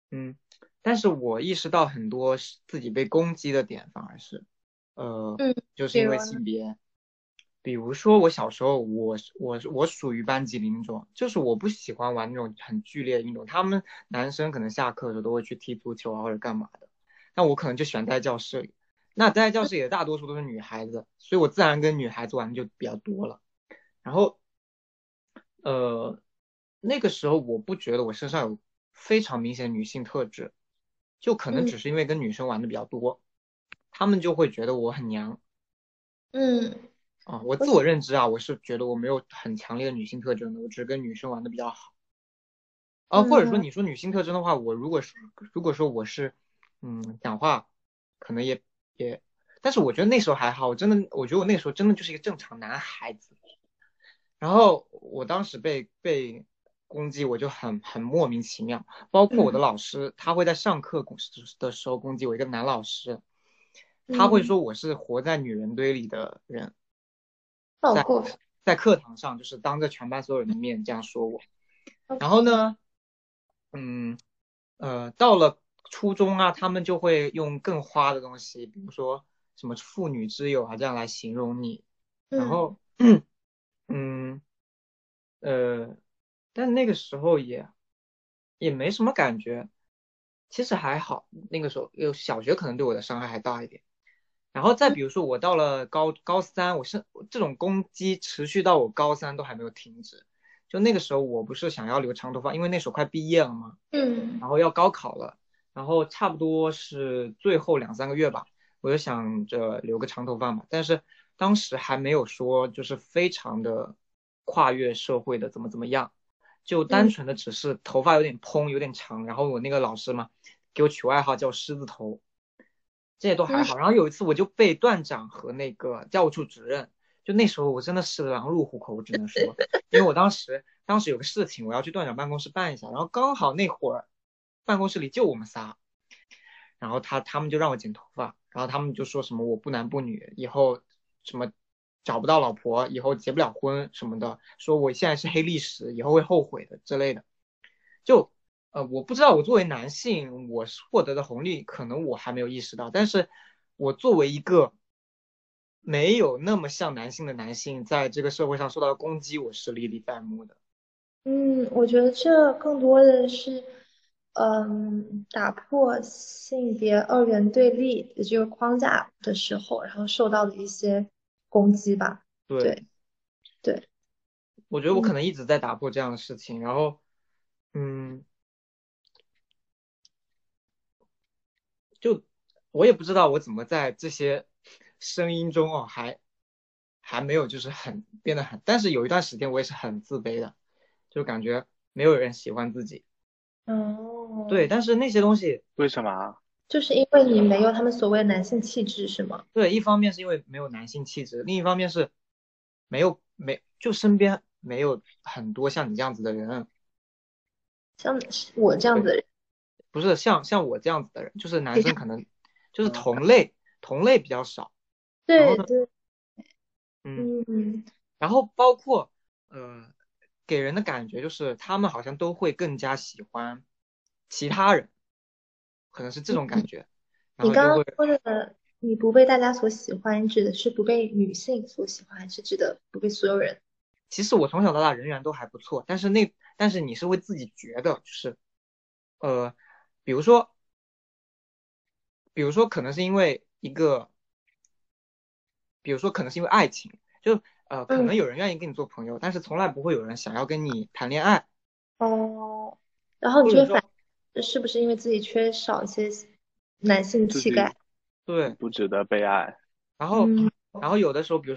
嗯，但是我意识到很多是自己被攻击的点，反而是，呃， 嗯， 就是因为比如呢？ 性别。比如说我小时候，我属于班级里那种，就是我不喜欢玩那种很剧烈的运动。他们男生可能下课的时候都会去踢足球啊或者干嘛的，那我可能就喜欢待在教室里。那待在教室里的大多数都是女孩子，所以我自然跟女孩子玩的就比较多了。然后呃，那个时候我不觉得我身上有非常明显的女性特质，就可能嗯只是因为跟女生玩的比较多，他们就会觉得我很娘。 嗯， 啊，我自我想， 我认知啊，我是觉得我没有很强烈的女性特征的，我只是跟女生玩的比较好。或者说嗯你说女性特征的话，我如果说我是，讲话可能也，但是我觉得那时候还好，我觉得我那时候真的就是一个正常男孩子。然后我当时被攻击，我就很莫名其妙。包括我的嗯老师，他会在上课的时候攻击我，一个男老师，他会嗯， 说我是活在女人堆里的人。 好过分。 在课堂上就是当着全班所有人的面这样说我。然后 OK， 呢，嗯到了初中啊，他们就会用更花的东西，比如说什么妇女之友啊这样来形容你。然嗯后嗯呃，但那个时候也没什么感觉，其实还好。那个时候有小学可能对我的伤害还大一点。然后再嗯比如说，我到了高三，这种攻击持续到我高三都还没有停止。就那个时候，我不是想要留长头发，因为那时候快毕业了嘛， 嗯然后要高考了，然后差不多是最后2、3个月吧，我就想着留个长头发嘛。但是当时还没有说就是非常的跨越社会的怎么样，就单嗯， 纯的只是头发有点蓬，有点长。然后我那个老师嘛，给我取外号叫狮子头。这些都还嗯， 好。然后有一次我就被段长和那个教务处主任，就那时候我真的是狼入虎口，我只能说，因为我当时有个事情我要去段长办公室办一下，然后刚好那会儿办公室里就我们仨，然后他们就让我剪头发，然后他们就说什么我不男不女，以后什么找不到老婆，以后结不了婚什么的，说我现在是黑历史，以后会后悔的之类的。就我不知道我作为男性，我是获得的红利，可能我还没有意识到，但是我作为一个没有那么像男性的男性，在这个社会上受到的攻击，我是历历在目的。 我觉得这更多的是，打破性别二元对立的这个框架的时候，然后受到的一些攻击吧。 对， 对对， 我觉得我可嗯能一直在打破这样的事情，然后嗯，就我也不知道我怎么在这些声音中哦，还没有就是变得很，但是有一段时间我也是很自卑的，就感觉没有人喜欢自己。对， 哦， 但是那些东西。 为什么啊？ 就是因为你没有他们所谓的男性气质，是吗？ 对，一方面是因为没有男性气质，另一方面是就身边没有很多像你这样子的人。 像我这样子对， 的人， 不是像我这样子的人，就是男你看， 生可能就是嗯， 同类比较少。然后呢， 对对， 嗯， 嗯然后包括呃，给人的感觉就是他们好像都会更加喜欢其他人，可能是这种嗯， 感觉，然你刚刚后就会。 说的你不被大家所喜欢，指的是不被女性所喜欢，还是指的不被所有人？ 其实我从小到大人缘都还不错，但是你是会自己觉得就是呃，比如说可能是因为比如说可能是因为爱情，就可嗯， 能有人愿意跟你做朋友，但是从来不会有人想要跟你谈恋爱。 哦，然后你就会反， 或者说是不是因为自己缺少一些男性自己气概？ 对。 不值得被爱。 然后嗯， 有的时候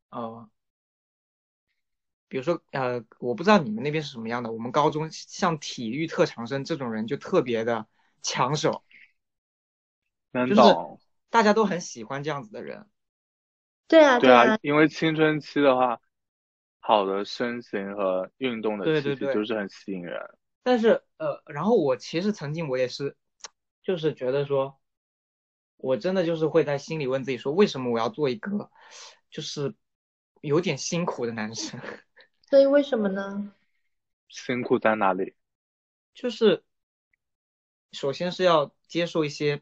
我不知道你们那边是什么样的，我们高中像体育特长生这种人就特别的抢手，就是能懂。 大家都很喜欢这样子的人。 对啊， 对啊， 对啊， 因为青春期的话，好的身形和运动的气对对对。 息就是很吸引人。 但是然后我其实曾经我也是，就是觉得说，我真的就是会在心里问自己说，为什么我要做一个就是有点辛苦的男生？ 所以为什么呢？ 辛苦在哪里？ 就是首先是要接受一些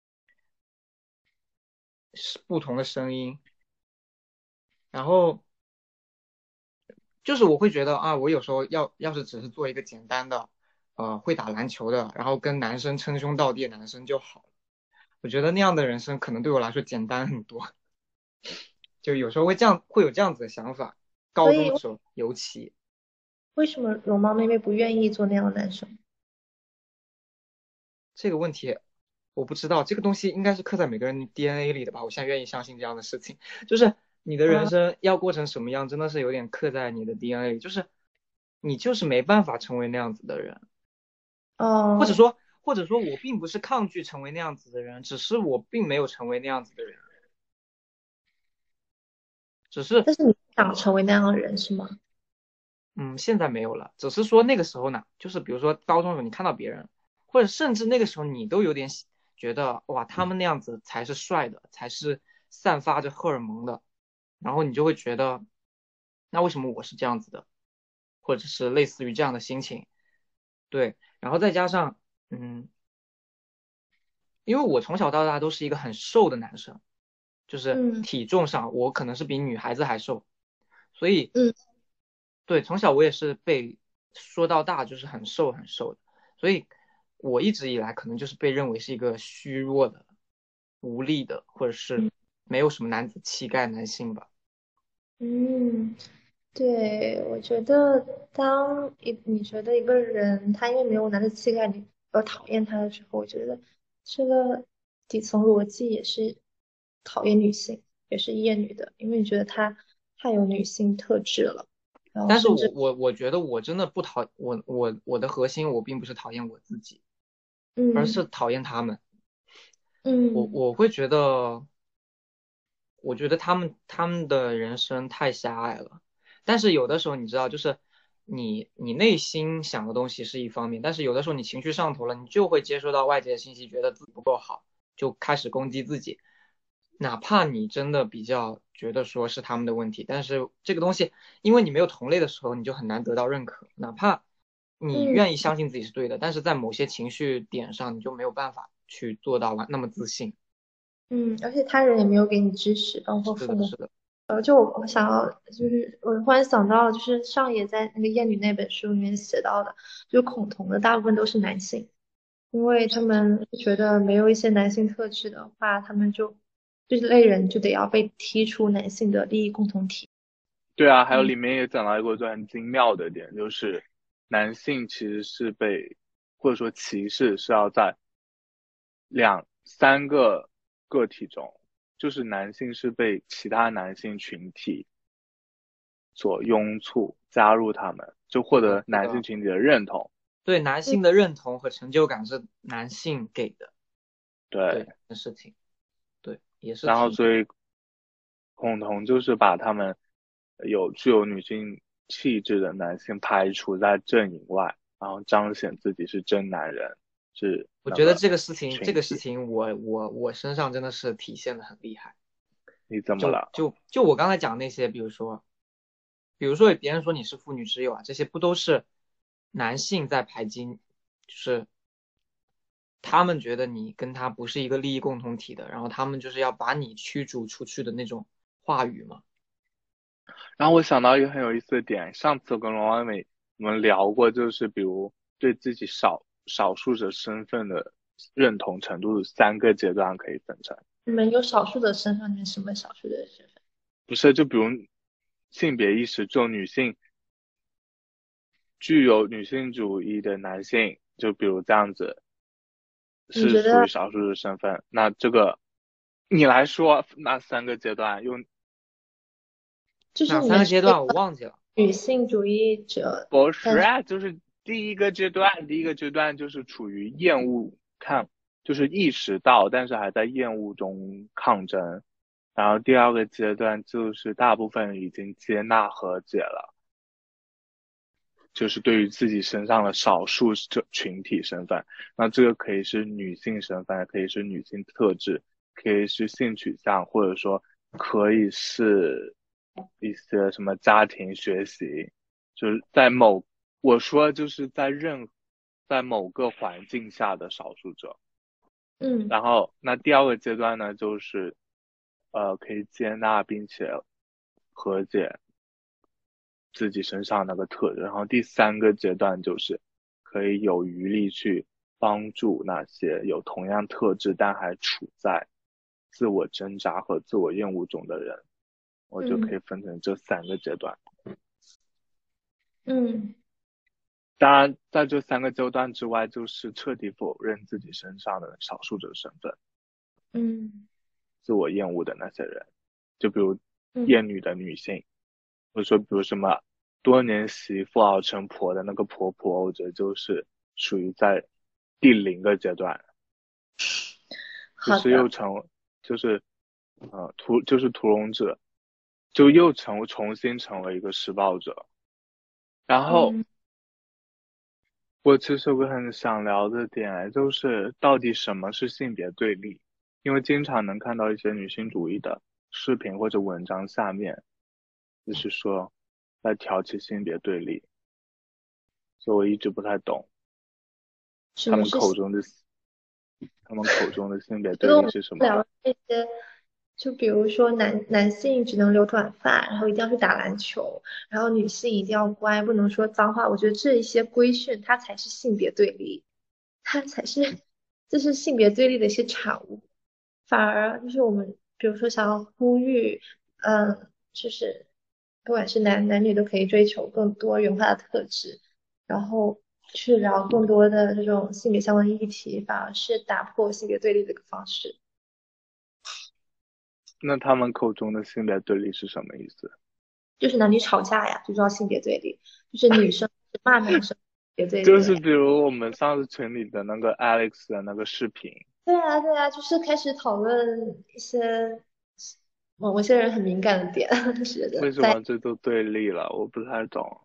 不同的声音，然后就是我会觉得啊，我有时候要是只是做一个简单的会打篮球的，然后跟男生称兄道弟的男生就好了。我觉得那样的人生可能对我来说简单很多，就有时候会有这样子的想法， 所以高中的时候尤其。 为什么容猫妹妹不愿意做那样的男生？ 这个问题我不知道，这个东西应该是刻在每个人 DNA 里的吧。我现在愿意相信这样的事情，就是你的人啊， 生要过成什么样，真的是有点刻在你的 DNA 里，就是你就是没办法成为那样子的人，或者哦， 说或者说我并不是抗拒成为那样子的人，只是我并没有成为那样子的人，只是但是你想成为那样的人是吗？ 现在没有了，只是说那个时候呢，就是比如说高中的时候你看到别人，或者甚至那个时候你都有点觉得哇，他们那样子才是帅的，才是散发着荷尔蒙的，然后你就会觉得，那为什么我是这样子的，或者是类似于这样的心情，对，然后再加上嗯，因为我从小到大都是一个很瘦的男生，就是嗯体重上我可能是比女孩子还瘦，所以嗯对，从小我也是被说到大就是很瘦很瘦的，所以我一直以来可能就是被认为是一个虚弱的、无力的，或者是嗯没有什么男子气概的男性吧。 嗯，对，我觉得你觉得一个人他因为没有男子气概，你而讨厌他的时候，我觉得这个底层逻辑也是讨厌女性，也是厌女的，因为你觉得她太有女性特质了，然后但是甚至我觉得我真的不我的核心我并不是讨厌我自己，而嗯是讨厌他们。 嗯我会觉得，我觉得他们的人生太狭隘了。但是有的时候你知道，就是你内心想的东西是一方面，但是有的时候你情绪上头了，你就会接收到外界的信息，觉得自己不够好，就开始攻击自己。哪怕你真的比较觉得说是他们的问题，但是这个东西，因为你没有同类的时候，你就很难得到认可。哪怕你嗯愿意相信自己是对的，但是在某些情绪点上，你就没有办法去做到那么自信。 嗯，而且他人也没有给你支持，包括是的， 父母。 是的。 就我想要，就是我忽然想到了，就是上野在那个《厌女》那本书里面写到的，就恐同的大部分都是男性，因为他们觉得没有一些男性特质的话，他们这类人就得要被踢出男性的利益共同体。 对啊，还有嗯里面也讲到一个很精妙的点，就是男性其实是被或者说歧视是要在两三个个体中，就是男性是被其他男性群体所拥簇，加入他们，就获是的， 得是的， 男性群体的认同。 对男嗯性的认同和成就感是男性给的，对对， 的事情，对，也是然后挺， 所以恐同就是把他们具有女性气质的男性排除在阵营外，然后彰显自己是真男人，是我觉得那个这个事情，这个事群体。 情我身上真的是体现的很厉害。 你怎么了？ 就我刚才讲那些，比如说别人说你是妇女之友啊，这些不都是男性在排挤你，就是他们觉得你跟他不是一个利益共同体的，然后他们就是要把你驱逐出去的那种话语嘛。 然后我想到一个很有意思的点，上次我跟罗完美我们聊过，就是比如对自己少数者身份的认同程度三个阶段可以分成， 你们有少数的身份跟什么少数的身份？ 不是就比如性别意识，就女性具有女性主义的男性，就比如这样子是属于你觉得少数的身份，那这个你来说那三个阶段用就是哪你们是一个三个阶段我忘记了。 女性主义者， 不是但是啊，就是第一个阶段就是处于厌恶就是意识到，但是还在厌恶中抗争。然后第二个阶段就是大部分已经接纳和解了，就是对于自己身上的少数群体身份，那这个可以是女性身份，可以是女性特质，可以是性取向，或者说可以是一些什么家庭学习，就是在某，我说就是在在某个环境下的少数者。 嗯然后那第二个阶段呢，就是可以接纳并且和解自己身上那个特质。然后第三个阶段就是可以有余力去帮助那些有同样特质但还处在自我挣扎和自我厌恶中的人。我就可以分成这三个阶段。 嗯当然，在这三个阶段之外，就是彻底否认自己身上的少数者身份， 嗯自我厌恶的那些人，就比如嗯厌女的女性，或者说比如什么多年媳妇熬成婆的那个婆婆，我觉得就是属于在第零个阶段，就好的。 是又成就是屠龙者，就又重新成为一个施暴者。然后嗯我其实有个很想聊的点，就是到底什么是性别对立？因为经常能看到一些女性主义的视频或者文章下面，就是说在挑起性别对立，所以我一直不太懂他们什么是口中的性别对觉得我们立是什么。 聊这些，就比如说男性只能留短发，然后一定要去打篮球，然后女性一定要乖，不能说脏话。我觉得这一些规训，它才是性别对立，它才是这是性别对立的一些产物。反而就是我们，比如说想要呼吁，就是不管是男女都可以追求更多元化的特质，然后去聊更多的这种性别相关议题，反而是打破性别对立的一个方式。 那他们口中的性别对立是什么意思？ 就是男女吵架呀，就叫性别对立，就是女生骂男生，性别对立了呀。 就是比如我们上次群里的那个 Alex 的那个视频， 对啊，对啊，就是开始讨论一些某些人很敏感的点，觉得为什么这都对立了？我不太懂。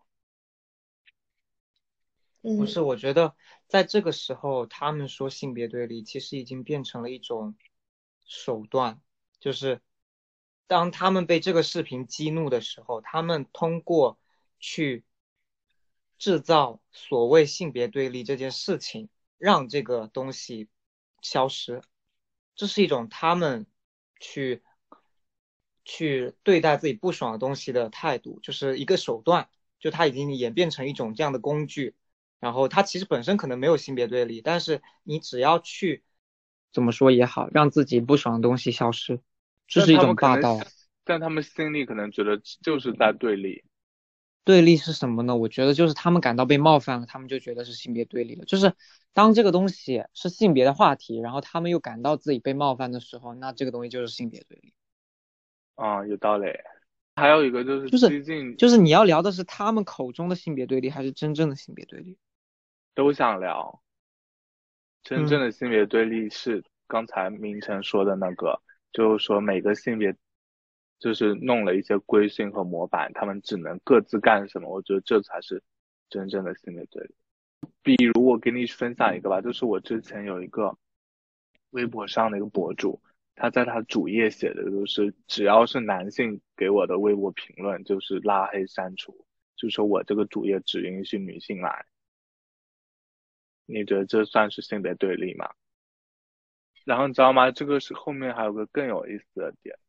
不是， 嗯我觉得在这个时候，他们说性别对立，其实已经变成了一种手段，就是当他们被这个视频激怒的时候，他们通过去制造所谓性别对立这件事情，让这个东西消失，这是一种他们去对待自己不爽的东西的态度，就是一个手段，就它已经演变成一种这样的工具。然后它其实本身可能没有性别对立，但是你只要去怎么说也好，让自己不爽的东西消失，这但是一他们可能， 种霸道。 但他们心里可能觉得就是在对立。 对立是什么呢？我觉得就是他们感到被冒犯了，他们就觉得是性别对立了。就是当这个东西是性别的话题，然后他们又感到自己被冒犯的时候，那这个东西就是性别对立。 啊、有道理。还有一个就是就是激进， 就是你要聊的是他们口中的性别对立，还是真正的性别对立？ 都想聊。真正嗯。 的性别对立是刚才明晨说的那个，就是说每个性别就是弄了一些规训和模板，他们只能各自干什么。我觉得这才是真正的性别对立。比如我给你分享一个吧，就是我之前有一个微博上的一个博主，他在他主页写的就是只要是男性给我的微博评论，就是拉黑删除，就说我这个主页只允许女性来。你觉得这算是性别对立吗？然后你知道吗？这个是后面还有个更有意思的点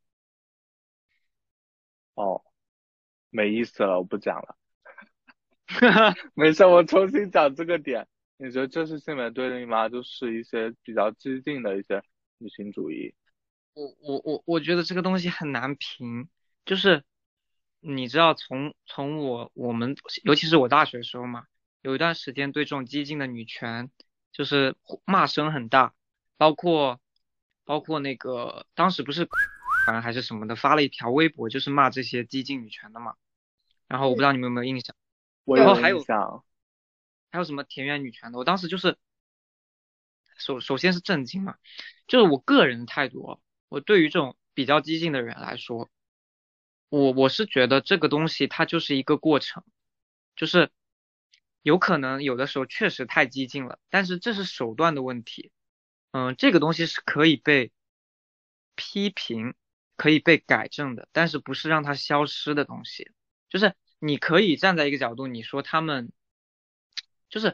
哦，没意思了，我不讲了。没事，我重新讲这个点。你觉得这是性别对立吗？就是一些比较激进的一些女性主义。 我觉得这个东西很难评，就是你知道从我们尤其是我大学的时候嘛，有一段时间对这种激进的女权就是骂声很大，包括那个当时不是好像还是什么的发了一条微博，就是骂这些激进女权的嘛，然后我不知道你们有没有印象， 我有然后印象。 还有什么田园女权的，我当时就是首先是震惊嘛，就是我个人的态度哦，我对于这种比较激进的人来说，我是觉得这个东西它就是一个过程，就是有可能有的时候确实太激进了，但是这是手段的问题。这个东西是可以被批评、可以被改正的，但是不是让它消失的东西。就是你可以站在一个角度，你说他们就是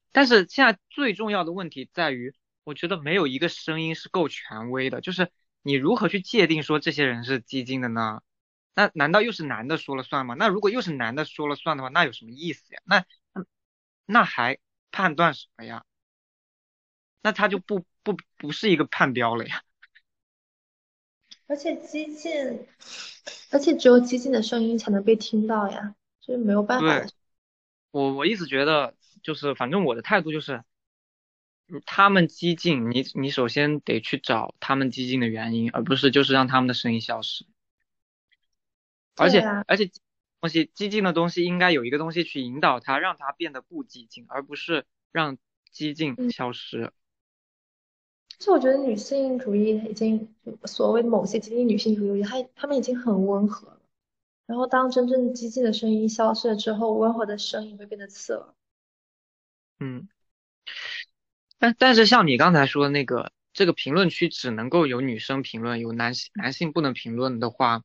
但是现在最重要的问题在于，我觉得没有一个声音是够权威的，就是你如何去界定说这些人是激进的呢？那难道又是男的说了算吗？那如果又是男的说了算的话，那有什么意思呀？那还判断什么呀？那他就不是一个判标了呀。 而且激进，而且只有激进的声音才能被听到呀，这是没有办法对， 的。 我一直觉得就是反正我的态度就是，他们激进，你首先得去找他们激进的原因，而不是就是让他们的声音消失。而且对啊， 而且东西激进的东西应该有一个东西去引导它，让它变得不激进，而不是让激进嗯， 消失。 就我觉得女性主义已经所谓某些激进女性主义，她们已经很温和了。然后当真正激进的声音消失了之后，温和的声音会变得刺耳。 嗯，但是像你刚才说的那个，这个评论区只能够有女生评论，有男性不能评论的话，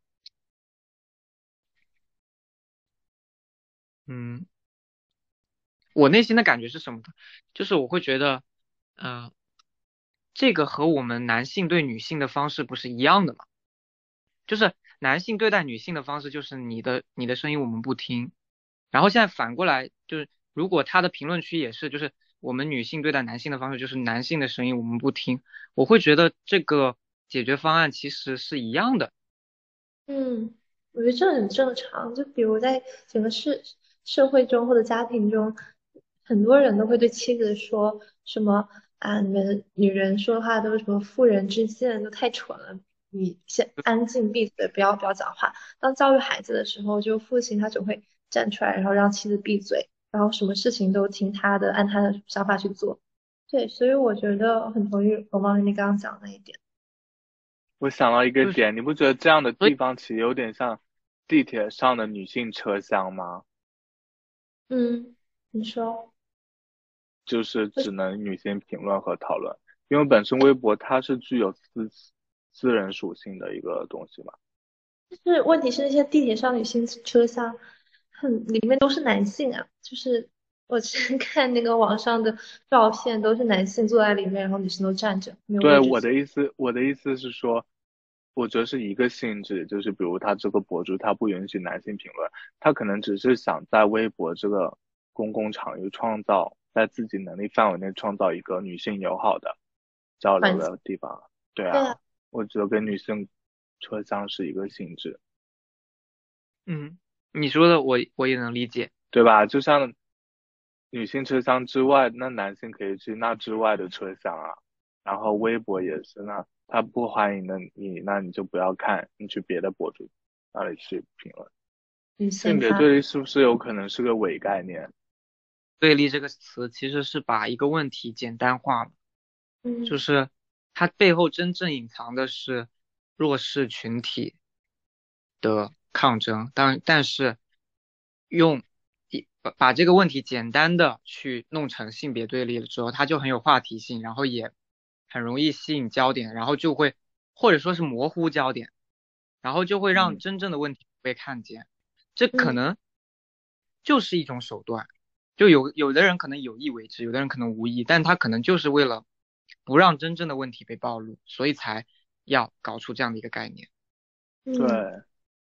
嗯，我内心的感觉是什么呢？就是我会觉得，呃，这个和我们男性对女性的方式不是一样的嘛？就是男性对待女性的方式就是你的声音我们不听，然后现在反过来就是如果他的评论区也是就是我们女性对待男性的方式就是男性的声音我们不听，我会觉得这个解决方案其实是一样的。 嗯，我觉得这很正常。就比如在整个社会中或者家庭中，很多人都会对妻子说什么啊，你们女人说话都是什么妇人之见，都太蠢了，你先安静闭嘴，不要讲话。当教育孩子的时候，就父亲他总会站出来，然后让妻子闭嘴，然后什么事情都听他的，按他的想法去做。对，所以我觉得很同意龙猫你刚刚讲的那一点。 我想到一个就是点，你不觉得这样的所以地方其实有点像地铁上的女性车厢吗？ 嗯，你说。 就是只能女性评论和讨论，因为本身微博它是具有私人属性的一个东西嘛。 是问题是那些地铁上女性车厢里面都是男性啊，就是我之前看那个网上的照片，都是男性坐在里面，然后女生都站着，没有对， 位置坐。 我的意思是说，我觉得是一个性质，就是比如他这个博主他不允许男性评论，他可能只是想在微博这个公共场域创造，在自己能力范围内创造一个女性友好的交流环境。 的地方。对对啊， 啊，我觉得跟女性车厢是一个性质。 嗯，你说的我也能理解。 对吧？就像女性车厢之外，那男性可以去那之外的车厢啊。然后微博也是，那他不欢迎的你，那你就不要看，你去别的博主那里去评论。 女性性他， 别对立是不是有可能是个伪概念？ 对立这个词其实是把一个问题简单化了，就嗯是它背后真正隐藏的是弱势群体的抗争，但是用把这个问题简单的去弄成性别对立了之后，它就很有话题性，然后也很容易吸引焦点，然后就会或者说是模糊焦点，然后就会让嗯真正的问题被看见，这可嗯能就是一种手段。就有的人可能有意为之，有的人可能无意，但他可能就是为了不让真正的问题被暴露，所以才要搞出这样的一个概念。 嗯， 对，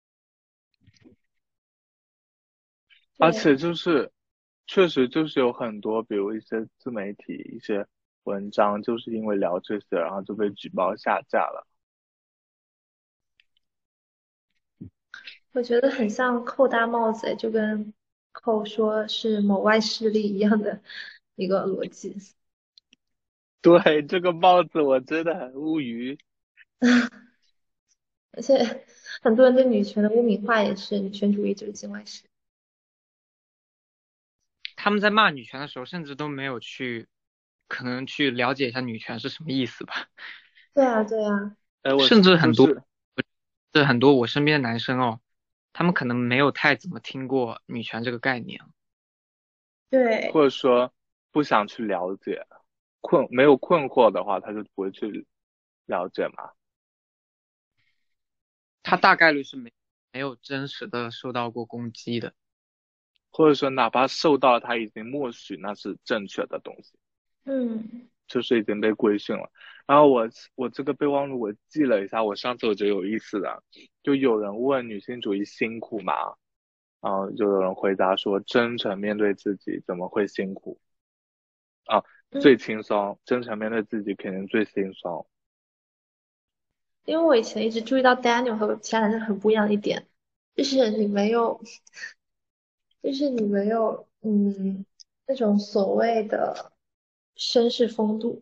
而且对， 就是确实就是有很多，比如一些自媒体一些文章，就是因为聊这些，然后就被举报下架了。 我觉得很像扣大帽子，就跟扣说是某外势力一样的一个逻辑。 对，这个帽子我真的很无语。 而且很多人对女权的污名化也是女权主义就是境外势力。 他们在骂女权的时候，甚至都没有可能去了解一下女权是什么意思吧。 对啊，对啊， 哎，我甚至很多， 就是很多我身边的男生哦，他们可能没有太怎么听过女权这个概念。 对。 或者说不想去了解，没有困惑的话，他就不会去了解嘛。 他大概率是没有真实的受到过攻击的。 或者说哪怕瘦到他已经默许那是正确的东西，就是已经被规训了。然后我这个备忘录我记了一下，我上次我觉得有意思的，就有人问女性主义辛苦吗？就有人回答说真诚面对自己怎么会辛苦啊？最轻松，真诚面对自己肯定最轻松。 因为我以前一直注意到 Daniel 和其他男生很不一样的一点，就是你没有，就是你没有，那种所谓的绅士风度，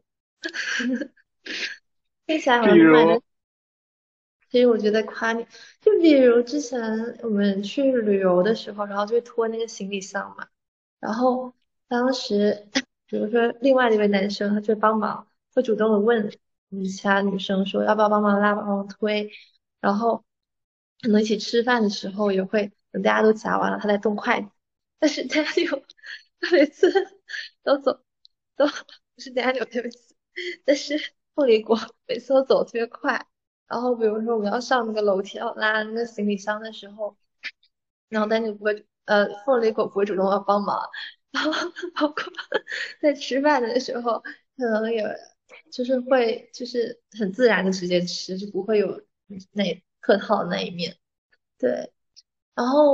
听起来好比如像慢慢的。其实我觉得夸你，就比如之前我们去旅游的时候，然后就会拖那个行李箱嘛，然后当时比如说另外的一位男生，他就帮忙，会主动的问其他女生说要不要帮忙拉、帮忙推，然后可能一起吃饭的时候也会等大家都夹完了，他再动筷子，但是 Daniel 他每次都走都不是 Daniel 对不起，但是凤梨果每次都走得特别快。然后比如说我们要上那个楼梯要拉那个行李箱的时候，然后丹尼不会凤梨果不会主动要帮忙，然后包括在吃饭的时候，可能也就是会就是很自然的直接吃，就不会有那客套的那一面。对，然后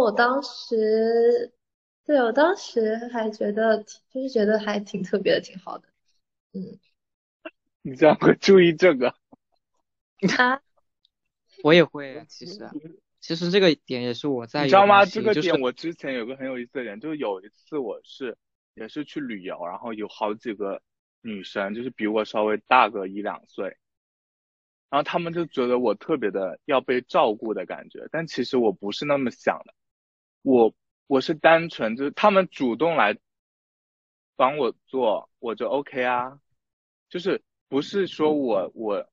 我当时还觉得就是觉得还挺特别的，挺好的。嗯你这样会注意这个。 啊， 我也会，其实这个点也是我在意的你知道吗？这东西，就是个点我之前有个很有意思的点，就是有一次也是去旅游，然后有好几个女生，就是比我稍微大个一两岁，然后他们就觉得我特别的要被照顾的感觉，但其实我不是那么想的，我我是单纯就是他们主动来帮我做，我就 OK 啊，就是不是说我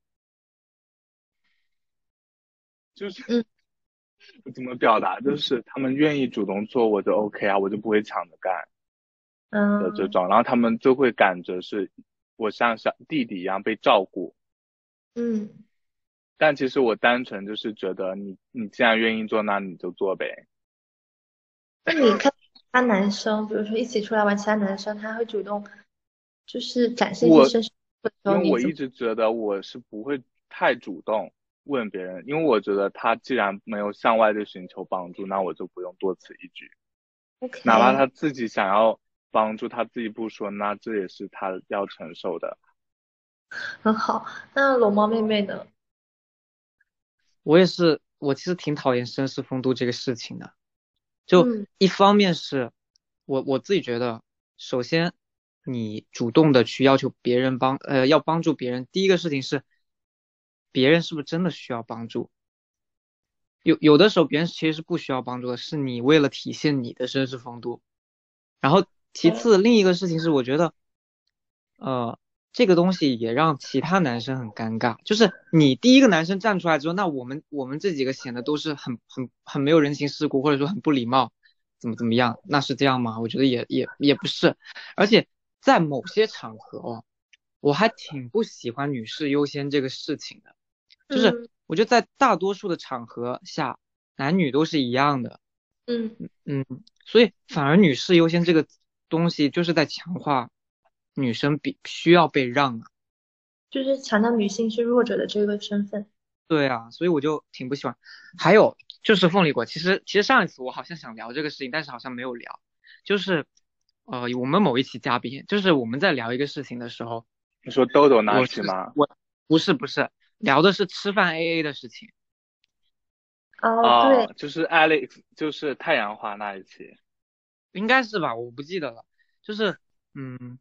就是嗯怎么表达，就是他们愿意主动做，我就 OK 啊，我就不会抢着干的这嗯种，然后他们就会感觉是我像小弟弟一样被照顾， 嗯。 但其实我单纯就是觉得你既然愿意做，那你就做呗。 那你看其他男生，比如说一起出来玩，其他男生他会主动就是展现一些我绅士的时候， 因为我一你怎么？ 直觉得我是不会太主动问别人，因为我觉得他既然没有向外界寻求帮助，那我就不用多此一举。哪怕 OK， 他自己想要帮助，他自己不说，那这也是他要承受的。 很好。那龙猫妹妹呢？ 我也是，我其实挺讨厌绅士风度这个事情的。就嗯一方面是我自己觉得，首先你主动的去要求别人要帮助别人，第一个事情是别人是不是真的需要帮助？有的时候别人其实是不需要帮助的，是你为了体现你的绅士风度。然后其次另一个事情是，我觉得这个东西也让其他男生很尴尬，就是你第一个男生站出来之后，那我们这几个显得都是很没有人情世故，或者说很不礼貌，怎么样？那是这样吗？我觉得也不是，而且在某些场合哦，我还挺不喜欢女士优先这个事情的，就是嗯我觉得在大多数的场合下，男女都是一样的， 嗯， 嗯，所以反而女士优先这个东西就是在强化女生需要被让啊。 就是强调女性是弱者的这个身份。 对啊，所以我就挺不喜欢。还有就是凤梨果，其实上一次我好像想聊这个事情，但是好像没有聊。就是我们某一期嘉宾，就是我们在聊一个事情的时候， 你说豆豆那我是期吗？ 我不是聊的是吃饭 AA 的事情。 哦，对， 哦，就是 Alex，就是太阳花那一期。 应该是吧，我不记得了。就是嗯，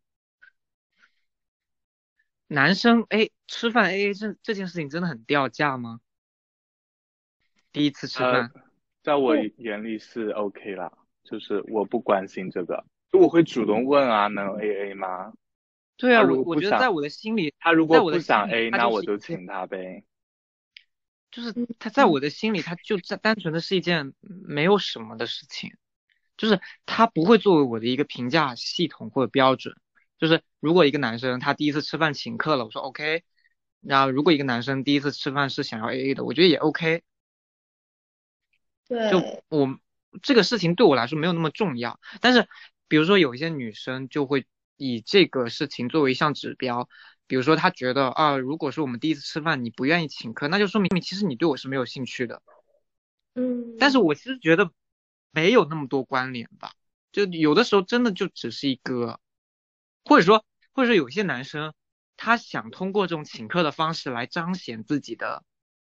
男生吃饭 AA 这件事情真的很掉价吗？第一次吃呃， 饭。 在我嗯， 眼里是 OK 啦，就是我不关心这个，就我会主动问啊，能 AA 吗？ 对啊， 他如我果不想， 我觉得在我的心里， 他如果在我的不想心里， A， 他就是那我一件。 就请他呗。 就是嗯他在嗯， 我的心里，他就单纯的是一件没有什么的事情，就是他不会作为我的一个评价系统或者标准。就是如果一个男生他第一次吃饭请客了，我说 OK，然后如果一个男生第一次吃饭是想要 AA 的，我觉得也 OK。就对， 这个事情对我来说没有那么重要。但是比如说有一些女生就会以这个事情作为一项指标，比如说她觉得啊，如果说我们第一次吃饭你不愿意请客，那就说明其实你对我是没有兴趣的。但是我其实觉得没有那么多关联吧，就有的时候真的就只是一个，或者说有些男生他想通过这种请客的方式来彰显自己的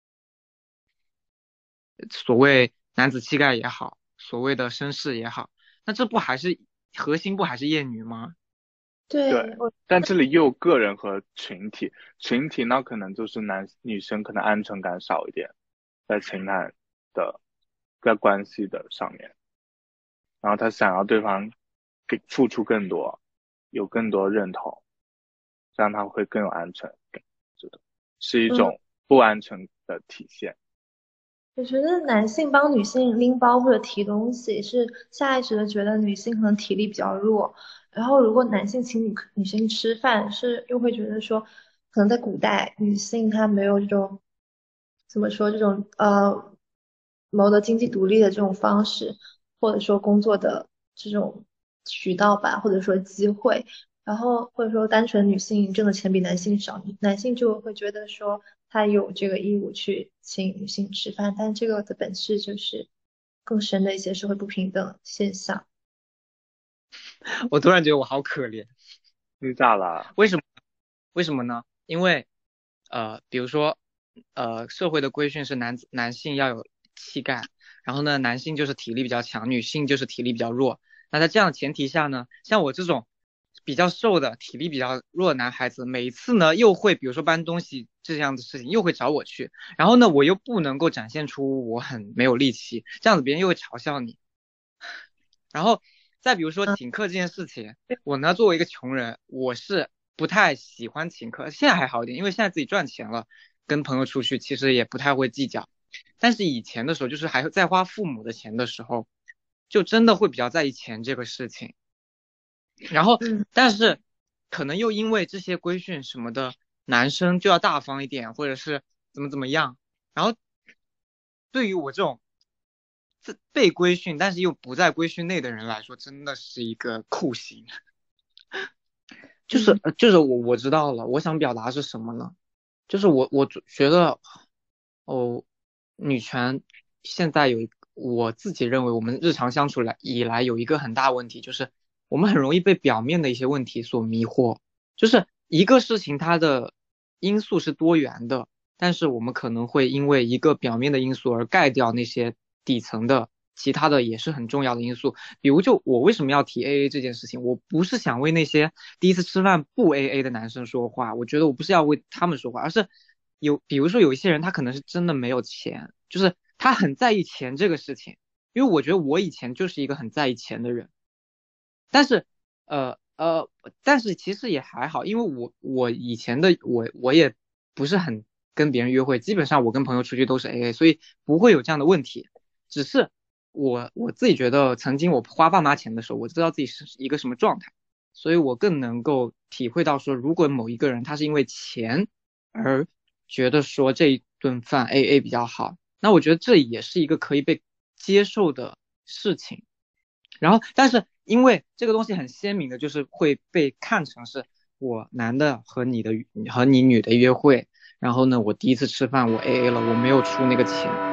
所谓男子气概也好，所谓的绅士也好，那这不还是核心不还是厌女吗？ 对， 但这里又有个人和群体，群体那可能就是女生可能安全感少一点，在情感的在关系的上面，然后他想要对方给付出更多，有更多认同，这样他会更有安全感，觉得是一种不安全的体现。 我觉得男性帮女性拎包或者提东西，是下意识的觉得女性可能体力比较弱，然后如果男性请女性吃饭，是又会觉得说，可能在古代女性她没有这种怎么说这种谋得经济独立的这种方式，或者说工作的这种渠道吧，或者说机会。然后或者说单纯女性挣的钱比男性少，男性就会觉得说他有这个义务去请女性吃饭，但这个的本质就是更深的一些社会不平等现象。 我突然觉得我好可怜。 你咋了？ 为什么？为什么呢？因为比如说社会的规训是男性要有气概，然后呢男性就是体力比较强，女性就是体力比较弱。那在这样的前提下呢，像我这种比较瘦的体力比较弱的男孩子，每次呢又会比如说搬东西这样的事情又会找我去，然后呢我又不能够展现出我很没有力气，这样子别人又会嘲笑你。然后再比如说请客这件事情，我呢作为一个穷人，我是不太喜欢请客，现在还好一点，因为现在自己赚钱了，跟朋友出去其实也不太会计较。但是以前的时候，就是还在花父母的钱的时候，就真的会比较在意钱这个事情。然后，但是可能又因为这些规训什么的，男生就要大方一点，或者是怎么样。然后对于我这种被规训但是又不在规训内的人来说，真的是一个酷刑。就是我知道了，我想表达是什么呢？就是我觉得哦，女权现在我自己认为我们日常相处以来有一个很大问题，就是我们很容易被表面的一些问题所迷惑。就是一个事情它的因素是多元的，但是我们可能会因为一个表面的因素而盖掉那些底层的其他的也是很重要的因素。比如就我为什么要提 AA 这件事情，我不是想为那些第一次吃饭不 AA 的男生说话，我觉得我不是要为他们说话，而是比如说有一些人他可能是真的没有钱，就是他很在意钱这个事情。因为我觉得我以前就是一个很在意钱的人，但是呃呃，但是其实也还好，因为我以前的我也不是很跟别人约会，基本上我跟朋友出去都是 AA，所以不会有这样的问题。只是我自己觉得，曾经我花爸妈钱的时候，我知道自己是一个什么状态，所以我更能够体会到说，如果某一个人他是因为钱而觉得说这一顿饭 AA 比较好，那我觉得这也是一个可以被接受的事情。然后，但是因为这个东西很鲜明的，就是会被看成是我男的和你女的约会，然后呢，我第一次吃饭我 AA 了，我没有出那个钱，